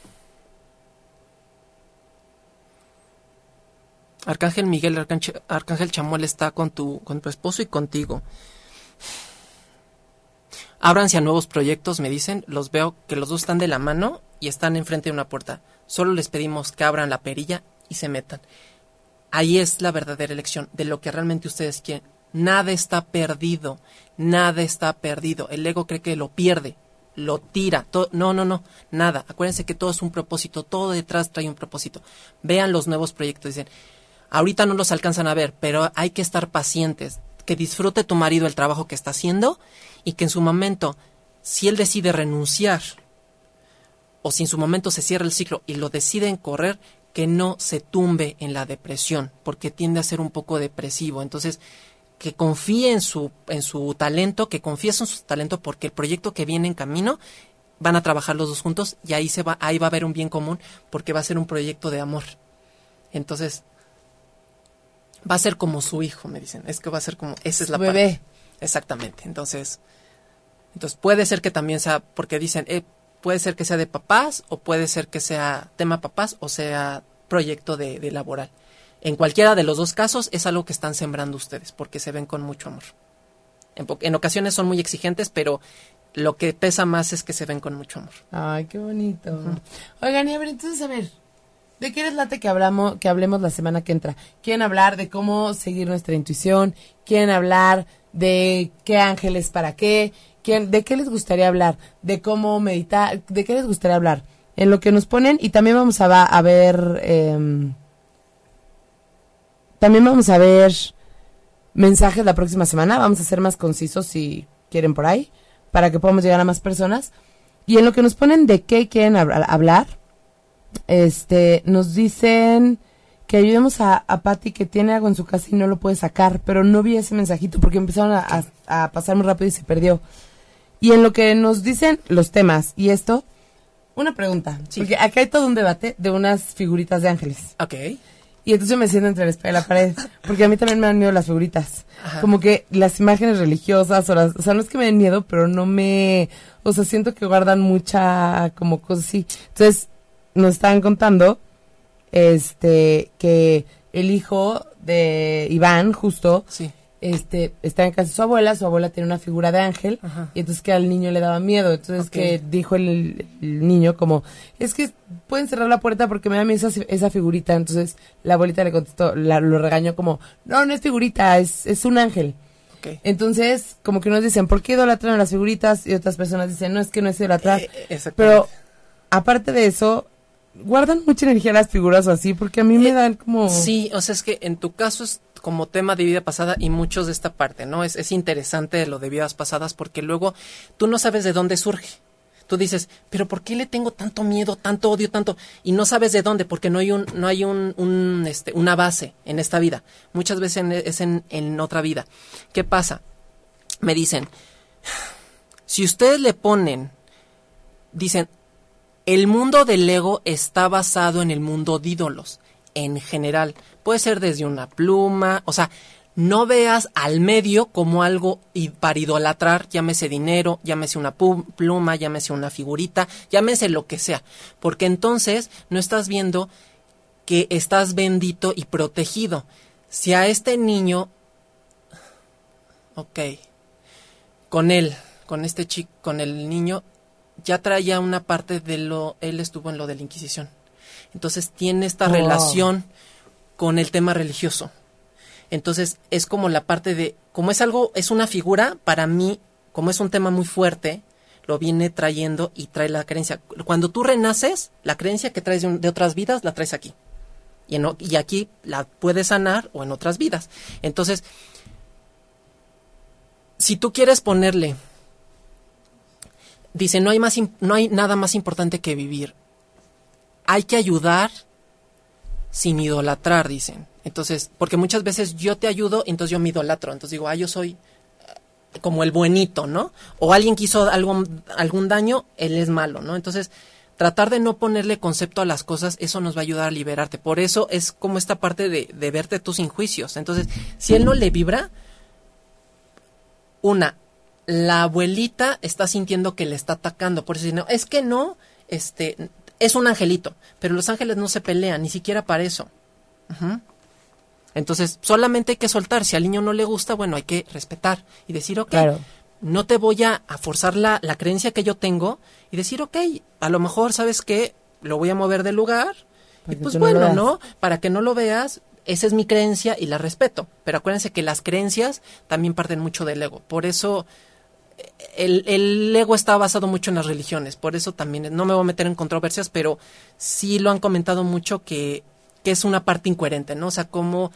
Arcángel Miguel, Arcángel Chamuel está con tu esposo y contigo. Ábranse a nuevos proyectos, me dicen. Los veo que los dos están de la mano y están enfrente de una puerta. Solo les pedimos que abran la perilla y se metan. Ahí es la verdadera elección de lo que realmente ustedes quieren. Nada está perdido. Nada está perdido. El ego cree que lo pierde. lo tira. No, nada. Acuérdense que todo es un propósito, todo detrás trae un propósito. Vean los nuevos proyectos, dicen, ahorita no los alcanzan a ver, pero hay que estar pacientes, que disfrute tu marido el trabajo que está haciendo y que en su momento, si él decide renunciar o si en su momento se cierra el ciclo y lo deciden correr, que no se tumbe en la depresión, porque tiende a ser un poco depresivo. Entonces, que confíe en su talento, que confíe en su talento, porque el proyecto que viene en camino van a trabajar los dos juntos y ahí va a haber un bien común, porque va a ser un proyecto de amor. Entonces, va a ser como su hijo, me dicen. Es que va a ser como, esa es la bebé. parte. Exactamente. Entonces puede ser que también sea, porque dicen, puede ser que sea de papás, o puede ser que sea tema papás, o sea proyecto de laboral. En cualquiera de los dos casos es algo que están sembrando ustedes, porque se ven con mucho amor. En ocasiones son muy exigentes, pero lo que pesa más es que se ven con mucho amor. Ay, qué bonito. Oigan, y a ver, entonces, a ver, ¿de qué les late que hablemos la semana que entra? ¿Quieren hablar de cómo seguir nuestra intuición? ¿Quieren hablar de qué ángeles para qué? ¿De qué les gustaría hablar? ¿De cómo meditar? ¿De qué les gustaría hablar? En lo que nos ponen, y también vamos a ver mensajes la próxima semana. Vamos a ser más concisos si quieren por ahí, para que podamos llegar a más personas. Y en lo que nos ponen de qué quieren hablar, nos dicen que ayudemos a Patti, que tiene algo en su casa y no lo puede sacar, pero no vi ese mensajito porque empezaron a pasar muy rápido y se perdió. Y en lo que nos dicen los temas y esto, una pregunta, sí. Porque acá hay todo un debate de unas figuritas de ángeles. Ok. Y entonces yo me siento entre la espalda y la pared, porque a mí también me dan miedo las figuritas. Ajá. Como que las imágenes religiosas, o sea, no es que me den miedo, pero o sea, siento que guardan mucha, como cosas así. Entonces, nos estaban contando, que el hijo de Iván, justo, sí. Está en casa de su abuela tiene una figura de ángel. Ajá. Y entonces que al niño le daba miedo, entonces okay. Que dijo el niño como, es que pueden cerrar la puerta porque me da miedo esa figurita. Entonces la abuelita le contestó, lo regañó como, no es figurita, es un ángel. Okay. Entonces como que nos dicen, ¿por qué idolatran a las figuritas? Y otras personas dicen, no, es que no es idolatrar. Pero aparte de eso, guardan mucha energía las figuras o así, porque a mí me dan como... Sí, o sea, es que en tu caso es como tema de vida pasada y muchos de esta parte, ¿no? Es interesante lo de vidas pasadas, porque luego tú no sabes de dónde surge. Tú dices, pero ¿por qué le tengo tanto miedo, tanto odio, tanto? Y no sabes de dónde, porque no hay una base en esta vida. Muchas veces es en otra vida. ¿Qué pasa? Me dicen, si ustedes le ponen, dicen, el mundo del ego está basado en el mundo de ídolos, en general. Puede ser desde una pluma, o sea, no veas al medio como algo para idolatrar, llámese dinero, llámese una pluma, llámese una figurita, llámese lo que sea, porque entonces no estás viendo que estás bendito y protegido. Si a este niño, con este chico, con el niño, ya traía una parte él estuvo en lo de la Inquisición. Entonces tiene esta relación con el tema religioso. Entonces es como la parte de, como es una figura, para mí, como es un tema muy fuerte, lo viene trayendo y trae la creencia. Cuando tú renaces, la creencia que traes de otras vidas, la traes aquí. Y aquí la puedes sanar o en otras vidas. Entonces, si tú quieres ponerle, dice, no hay nada más importante que vivir. Hay que ayudar sin idolatrar, dicen. Entonces, porque muchas veces yo te ayudo, entonces yo me idolatro. Entonces digo, yo soy como el buenito, ¿no? O alguien que hizo algún daño, él es malo, ¿no? Entonces, tratar de no ponerle concepto a las cosas, eso nos va a ayudar a liberarte. Por eso es como esta parte de verte tú sin juicios. Entonces, si él no le vibra, la abuelita está sintiendo que le está atacando. Por eso dice, no, es que no, es un angelito. Pero los ángeles no se pelean, ni siquiera para eso. Uh-huh. Entonces, solamente hay que soltar. Si al niño no le gusta, bueno, hay que respetar y decir, claro, no te voy a forzar la creencia que yo tengo y decir, a lo mejor, ¿sabes qué? Lo voy a mover del lugar y pues bueno, ¿no? Para que no lo veas, esa es mi creencia y la respeto. Pero acuérdense que las creencias también parten mucho del ego. Por eso el ego está basado mucho en las religiones, por eso también no me voy a meter en controversias, pero sí lo han comentado mucho que es una parte incoherente, ¿no? O sea, como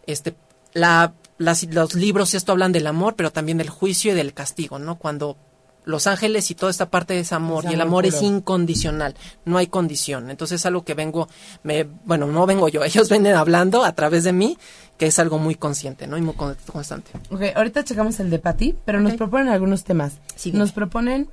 los libros esto hablan del amor, pero también del juicio y del castigo, ¿no? Cuando los ángeles y toda esta parte es amor, y el amor es incondicional, no hay condición. Entonces es algo que no vengo yo, ellos vienen hablando a través de mí, que es algo muy consciente, ¿no? Y muy constante. Ok, ahorita checamos el de Pati, pero nos proponen algunos temas. Sí, nos proponen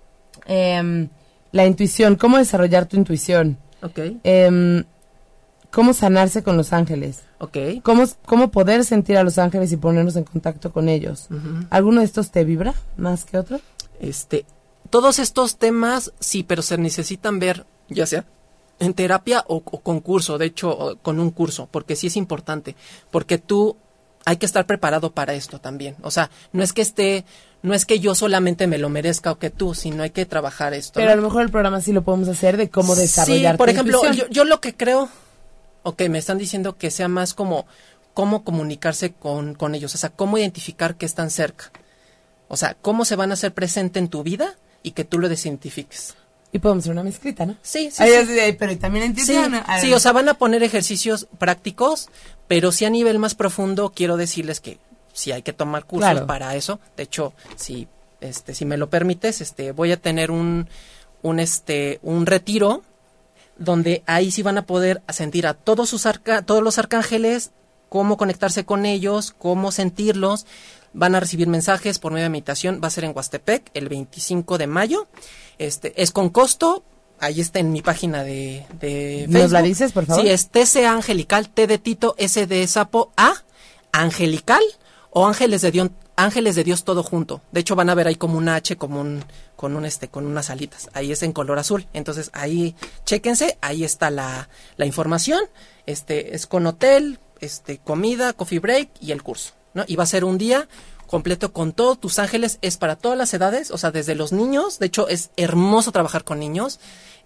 la intuición, cómo desarrollar tu intuición. Ok. Cómo sanarse con los ángeles. Ok. Cómo poder sentir a los ángeles y ponernos en contacto con ellos. Uh-huh. ¿Alguno de estos te vibra más que otro? Todos estos temas, sí, pero se necesitan ver, ya sea en terapia o con curso, de hecho, con un curso, porque sí es importante, porque hay que estar preparado para esto también. O sea, no es que yo solamente me lo merezca o que tú, sino hay que trabajar esto. Pero ¿no? A lo mejor el programa sí lo podemos hacer de cómo desarrollar. Sí, por ejemplo, yo lo que creo, me están diciendo que sea más como cómo comunicarse con ellos, o sea, cómo identificar que están cerca. O sea, cómo se van a hacer presente en tu vida y que tú lo desidentifiques. Y podemos hacer una mezclita, ¿no? Sí. Pero también entiendo. Sí, o sea, van a poner ejercicios prácticos, pero sí a nivel más profundo quiero decirles que sí hay que tomar cursos para eso. De hecho, si me lo permites, voy a tener un retiro donde ahí sí van a poder sentir a todos los arcángeles, cómo conectarse con ellos, cómo sentirlos. Van a recibir mensajes por medio de meditación. Va a ser en Huastepec el 25 de mayo. Es con costo. Ahí está en mi página de Facebook. ¿Nos la dices, por favor? Sí, es TCA Angelical, T de Tito, S de Sapo, A, Angelical, o Ángeles de Dios todo junto. De hecho, van a ver ahí como una H, con unas alitas. Ahí es en color azul. Entonces, ahí, chéquense, ahí está la información. Es con hotel, comida, coffee break y el curso, ¿no? Y va a ser un día completo con todos tus ángeles, es para todas las edades, o sea, desde los niños. De hecho, es hermoso trabajar con niños,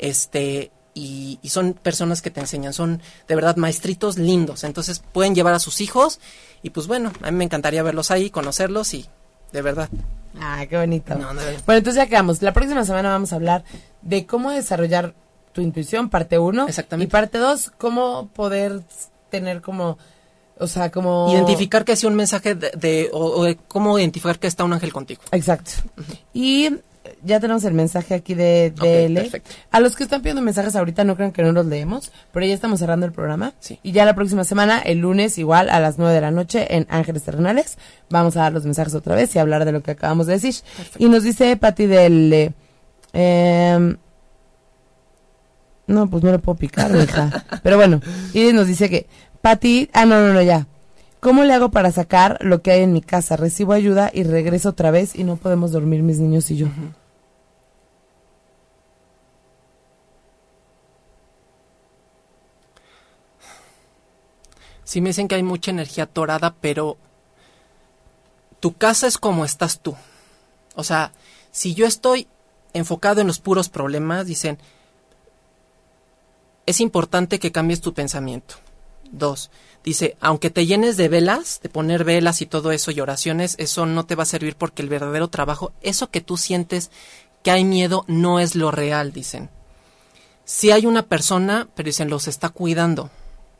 y son personas que te enseñan, son de verdad maestritos lindos. Entonces, pueden llevar a sus hijos, y pues bueno, a mí me encantaría verlos ahí, conocerlos, y de verdad. Ah, qué bonito. Bueno, entonces ya quedamos. La próxima semana vamos a hablar de cómo desarrollar tu intuición, parte 1. Exactamente. Y parte 2, cómo poder tener como identificar que sea un mensaje o cómo identificar que está un ángel contigo. Exacto. Uh-huh. Y ya tenemos el mensaje aquí de él. Perfecto. A los que están pidiendo mensajes ahorita, no crean que no los leemos, pero ya estamos cerrando el programa. Sí. Y ya la próxima semana, el lunes, igual a las 9 de la noche en Ángeles Terrenales, vamos a dar los mensajes otra vez y hablar de lo que acabamos de decir. Perfecto. Y nos dice Pati del... no, pues no le puedo picar, hija. Pero bueno, y nos dice que Pati, ya. ¿Cómo le hago para sacar lo que hay en mi casa? Recibo ayuda y regreso otra vez y no podemos dormir mis niños y yo. Uh-huh. Sí me dicen que hay mucha energía atorada, pero tu casa es como estás tú. O sea, si yo estoy enfocado en los puros problemas, dicen, es importante que cambies tu pensamiento. 2, dice, aunque te llenes de velas, de poner velas y todo eso y oraciones, eso no te va a servir porque el verdadero trabajo, eso que tú sientes que hay miedo, no es lo real, dicen. Sí hay una persona, pero dicen, los está cuidando.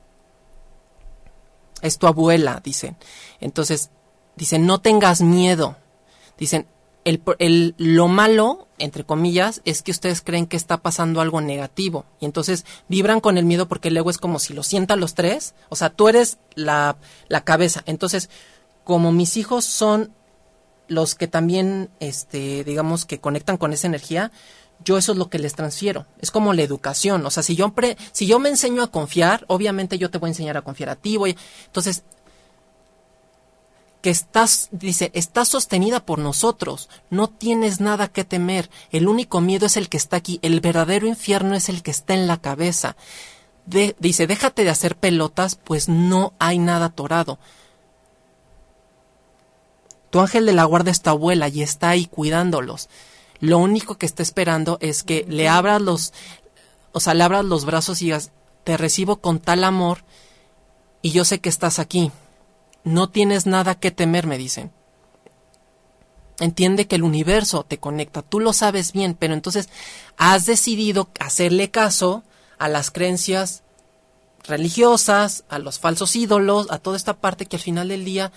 Es tu abuela, dicen. Entonces, dicen, no tengas miedo. Dicen, lo malo, entre comillas, es que ustedes creen que está pasando algo negativo. Y entonces vibran con el miedo porque el ego es como si lo sientan los tres. O sea, tú eres la cabeza. Entonces, como mis hijos son los que también, digamos, que conectan con esa energía, yo eso es lo que les transfiero. Es como la educación. O sea, si yo me enseño a confiar, obviamente yo te voy a enseñar a confiar a ti. Entonces, que estás sostenida por nosotros, no tienes nada que temer, el único miedo es el que está aquí, el verdadero infierno es el que está en la cabeza. Dice, déjate de hacer pelotas, pues no hay nada atorado. Tu ángel de la guarda es tu abuela y está ahí cuidándolos. Lo único que está esperando es que le abras los brazos y digas, te recibo con tal amor y yo sé que estás aquí. No tienes nada que temer, me dicen. Entiende que el universo te conecta, tú lo sabes bien, pero entonces has decidido hacerle caso a las creencias religiosas, a los falsos ídolos, a toda esta parte que al final del día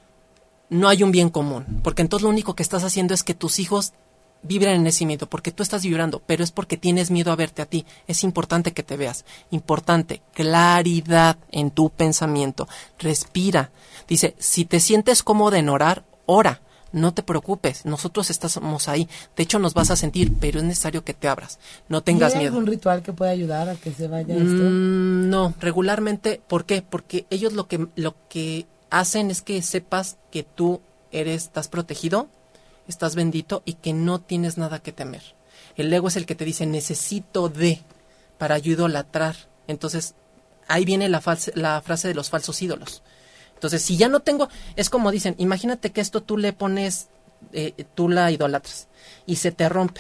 no hay un bien común, porque entonces lo único que estás haciendo es que tus hijos vibran en ese miedo, porque tú estás vibrando, pero es porque tienes miedo a verte a ti. Es importante que te veas, importante, claridad en tu pensamiento, respira. Dice, si te sientes cómodo en orar, ora, no te preocupes, nosotros estamos ahí, de hecho nos vas a sentir, pero es necesario que te abras, no tengas ¿Y hay miedo. algún ritual que pueda ayudar a que se vaya esto? No, regularmente, ¿por qué? Porque ellos lo que hacen es que sepas que tú estás protegido, estás bendito y que no tienes nada que temer. El ego es el que te dice, necesito para yo idolatrar. Entonces, ahí viene la frase de los falsos ídolos. Entonces, si ya no tengo, es como dicen, imagínate que esto tú le pones, tú la idolatras y se te rompe.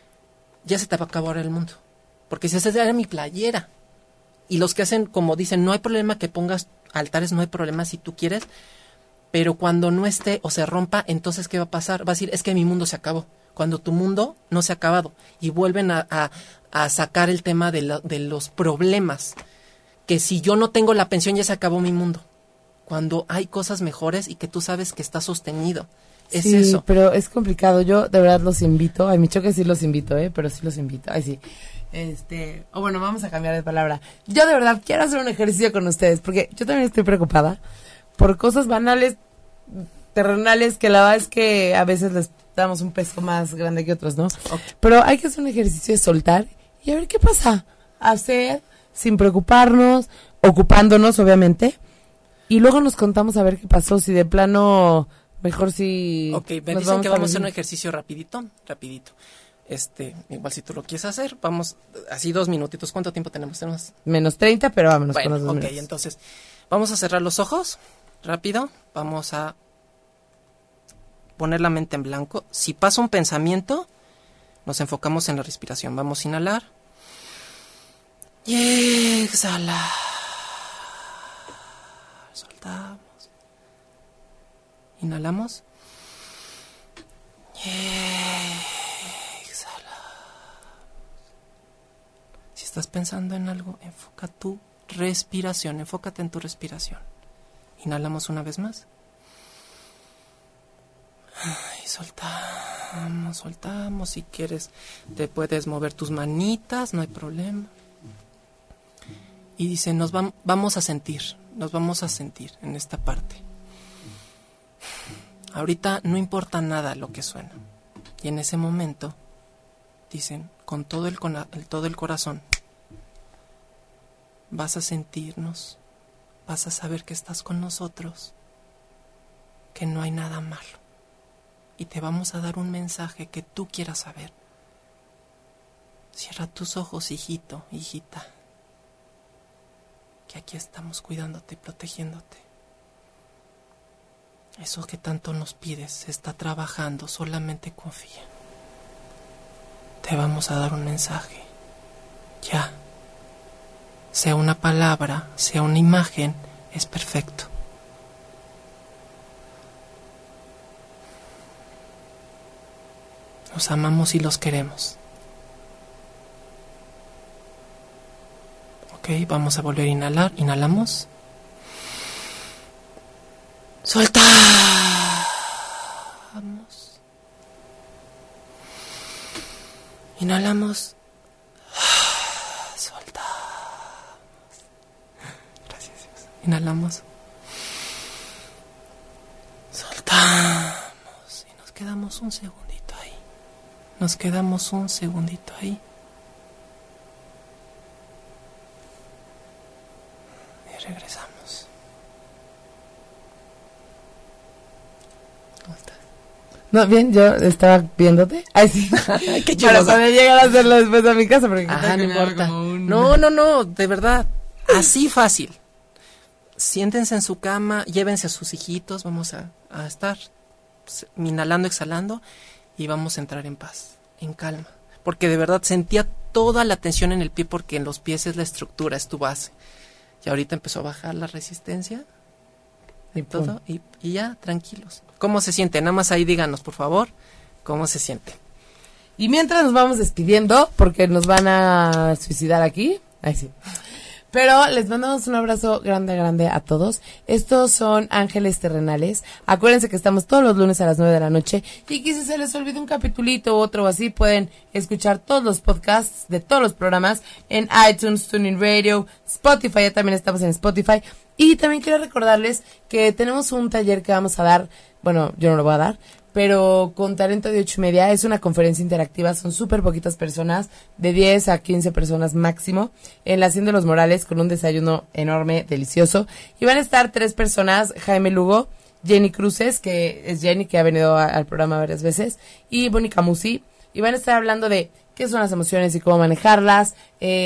Ya se te va a acabar el mundo. Porque si esa era mi playera. Y los que hacen, como dicen, no hay problema que pongas altares, no hay problema si tú quieres, pero cuando no esté o se rompa, entonces ¿qué va a pasar? Va a decir, es que mi mundo se acabó. Cuando tu mundo no se ha acabado. Y vuelven a sacar el tema de los problemas. Que si yo no tengo la pensión, ya se acabó mi mundo. Cuando hay cosas mejores y que tú sabes que está sostenido. Es sí, eso. Pero es complicado. Yo de verdad los invito. Ay, mi choque sí los invito, pero sí los invito. Ay, sí. O bueno, vamos a cambiar de palabra. Yo de verdad quiero hacer un ejercicio con ustedes, porque yo también estoy preocupada por cosas banales, terrenales, que la verdad es que a veces les damos un peso más grande que otros, ¿no? Okay. Pero hay que hacer un ejercicio de soltar y a ver qué pasa. Hacer sin preocuparnos, ocupándonos, obviamente, y luego nos contamos a ver qué pasó, si de plano, mejor si... Ok, me dicen que vamos a hacer un ejercicio rapidito. Igual si tú lo quieres hacer, vamos, así 2 minutitos. ¿Cuánto tiempo tenemos? Menos 30, pero vámonos bueno, con los 2 minutos. Ok, entonces, vamos a cerrar los ojos, rápido, vamos a poner la mente en blanco. Si pasa un pensamiento, nos enfocamos en la respiración. Vamos a inhalar y exhalar. Soltamos. Inhalamos. Y exhalamos. Si estás pensando en algo, enfoca tu respiración. Enfócate en tu respiración. Inhalamos una vez más. Y soltamos. Si quieres, te puedes mover tus manitas, no hay problema. Y dice, vamos a sentir en esta parte. Ahorita no importa nada lo que suena. Y en ese momento, dicen, con todo el corazón, vas a sentirnos, vas a saber que estás con nosotros, que no hay nada malo. Y te vamos a dar un mensaje que tú quieras saber. Cierra tus ojos, hijito, hijita. Que aquí estamos cuidándote y protegiéndote. Eso que tanto nos pides se está trabajando, solamente confía. Te vamos a dar un mensaje. Ya. Sea una palabra, sea una imagen, es perfecto. Los amamos y los queremos. Ok, vamos a volver a inhalar. Inhalamos. Soltamos. Inhalamos. Soltamos. Gracias, Dios. Inhalamos. Soltamos. Y nos quedamos un segundito ahí. Y regresamos. ¿Cómo estás? No, bien, yo estaba viéndote. Ay, sí. Qué para chulo. poder llegar a hacerlo después a mi casa, porque No importa. No, de verdad. Así fácil. Siéntense en su cama, llévense a sus hijitos, vamos a estar inhalando, exhalando y vamos a entrar en paz, en calma. Porque de verdad sentía toda la tensión en el pie, porque en los pies es la estructura, es tu base. Y ahorita empezó a bajar la resistencia. Y todo, y ya, tranquilos. ¿Cómo se sienten? Nada más ahí díganos, por favor, cómo se sienten. Y mientras nos vamos despidiendo, porque nos van a suicidar aquí. Ay, sí. Pero les mandamos un abrazo grande, grande a todos. Estos son Ángeles Terrenales. Acuérdense que estamos todos los lunes a las 9 de la noche. Y que si se les olvida un capitulito u otro o así, pueden escuchar todos los podcasts de todos los programas en iTunes, TuneIn Radio, Spotify. Ya también estamos en Spotify. Y también quiero recordarles que tenemos un taller que vamos a dar. Bueno, yo no lo voy a dar, pero con Talento de 8:30. Es una conferencia interactiva, son súper poquitas personas, de 10 a 15 personas máximo, en la Hacienda de los Morales, con un desayuno enorme, delicioso. Y van a estar 3 personas, Jaime Lugo, Jenny Cruces, que es Jenny, que ha venido al programa varias veces, y Mónica Musi, y van a estar hablando de qué son las emociones y cómo manejarlas,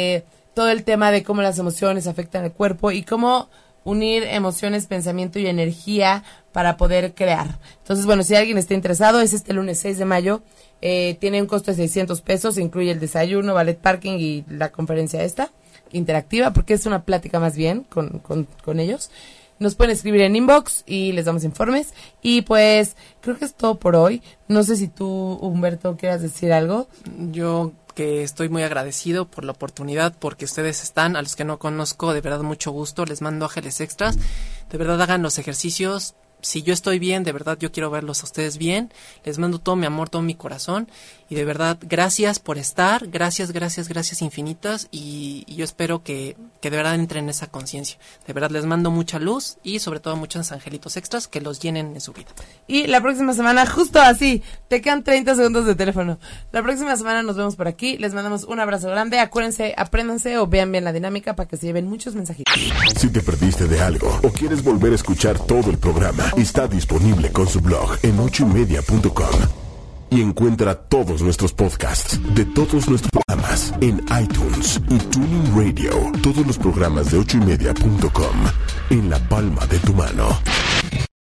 todo el tema de cómo las emociones afectan al cuerpo y cómo unir emociones, pensamiento y energía para poder crear. Entonces, bueno, si alguien está interesado, es este lunes 6 de mayo. Tiene un costo de 600 pesos, incluye el desayuno, ballet parking y la conferencia esta, interactiva, porque es una plática más bien con ellos. Nos pueden escribir en inbox y les damos informes. Y pues, creo que es todo por hoy. No sé si tú, Humberto, quieras decir algo. Yo que estoy muy agradecido por la oportunidad, porque ustedes están, a los que no conozco, de verdad mucho gusto, les mando ángeles extras, de verdad hagan los ejercicios, si yo estoy bien, de verdad yo quiero verlos a ustedes bien, les mando todo mi amor, todo mi corazón, y de verdad gracias por estar, gracias infinitas, y yo espero que de verdad entren en esa conciencia, de verdad les mando mucha luz, y sobre todo muchos angelitos extras que los llenen en su vida. Y la próxima semana, justo así, te quedan 30 segundos de teléfono, la próxima semana nos vemos por aquí, les mandamos un abrazo grande, acuérdense, apréndanse o vean bien la dinámica para que se lleven muchos mensajitos. Si te perdiste de algo o quieres volver a escuchar todo el programa, está disponible con su blog en 8ymedia.com. Y encuentra todos nuestros podcasts de todos nuestros programas en iTunes y TuneIn Radio. Todos los programas de 8ymedia.com en la palma de tu mano.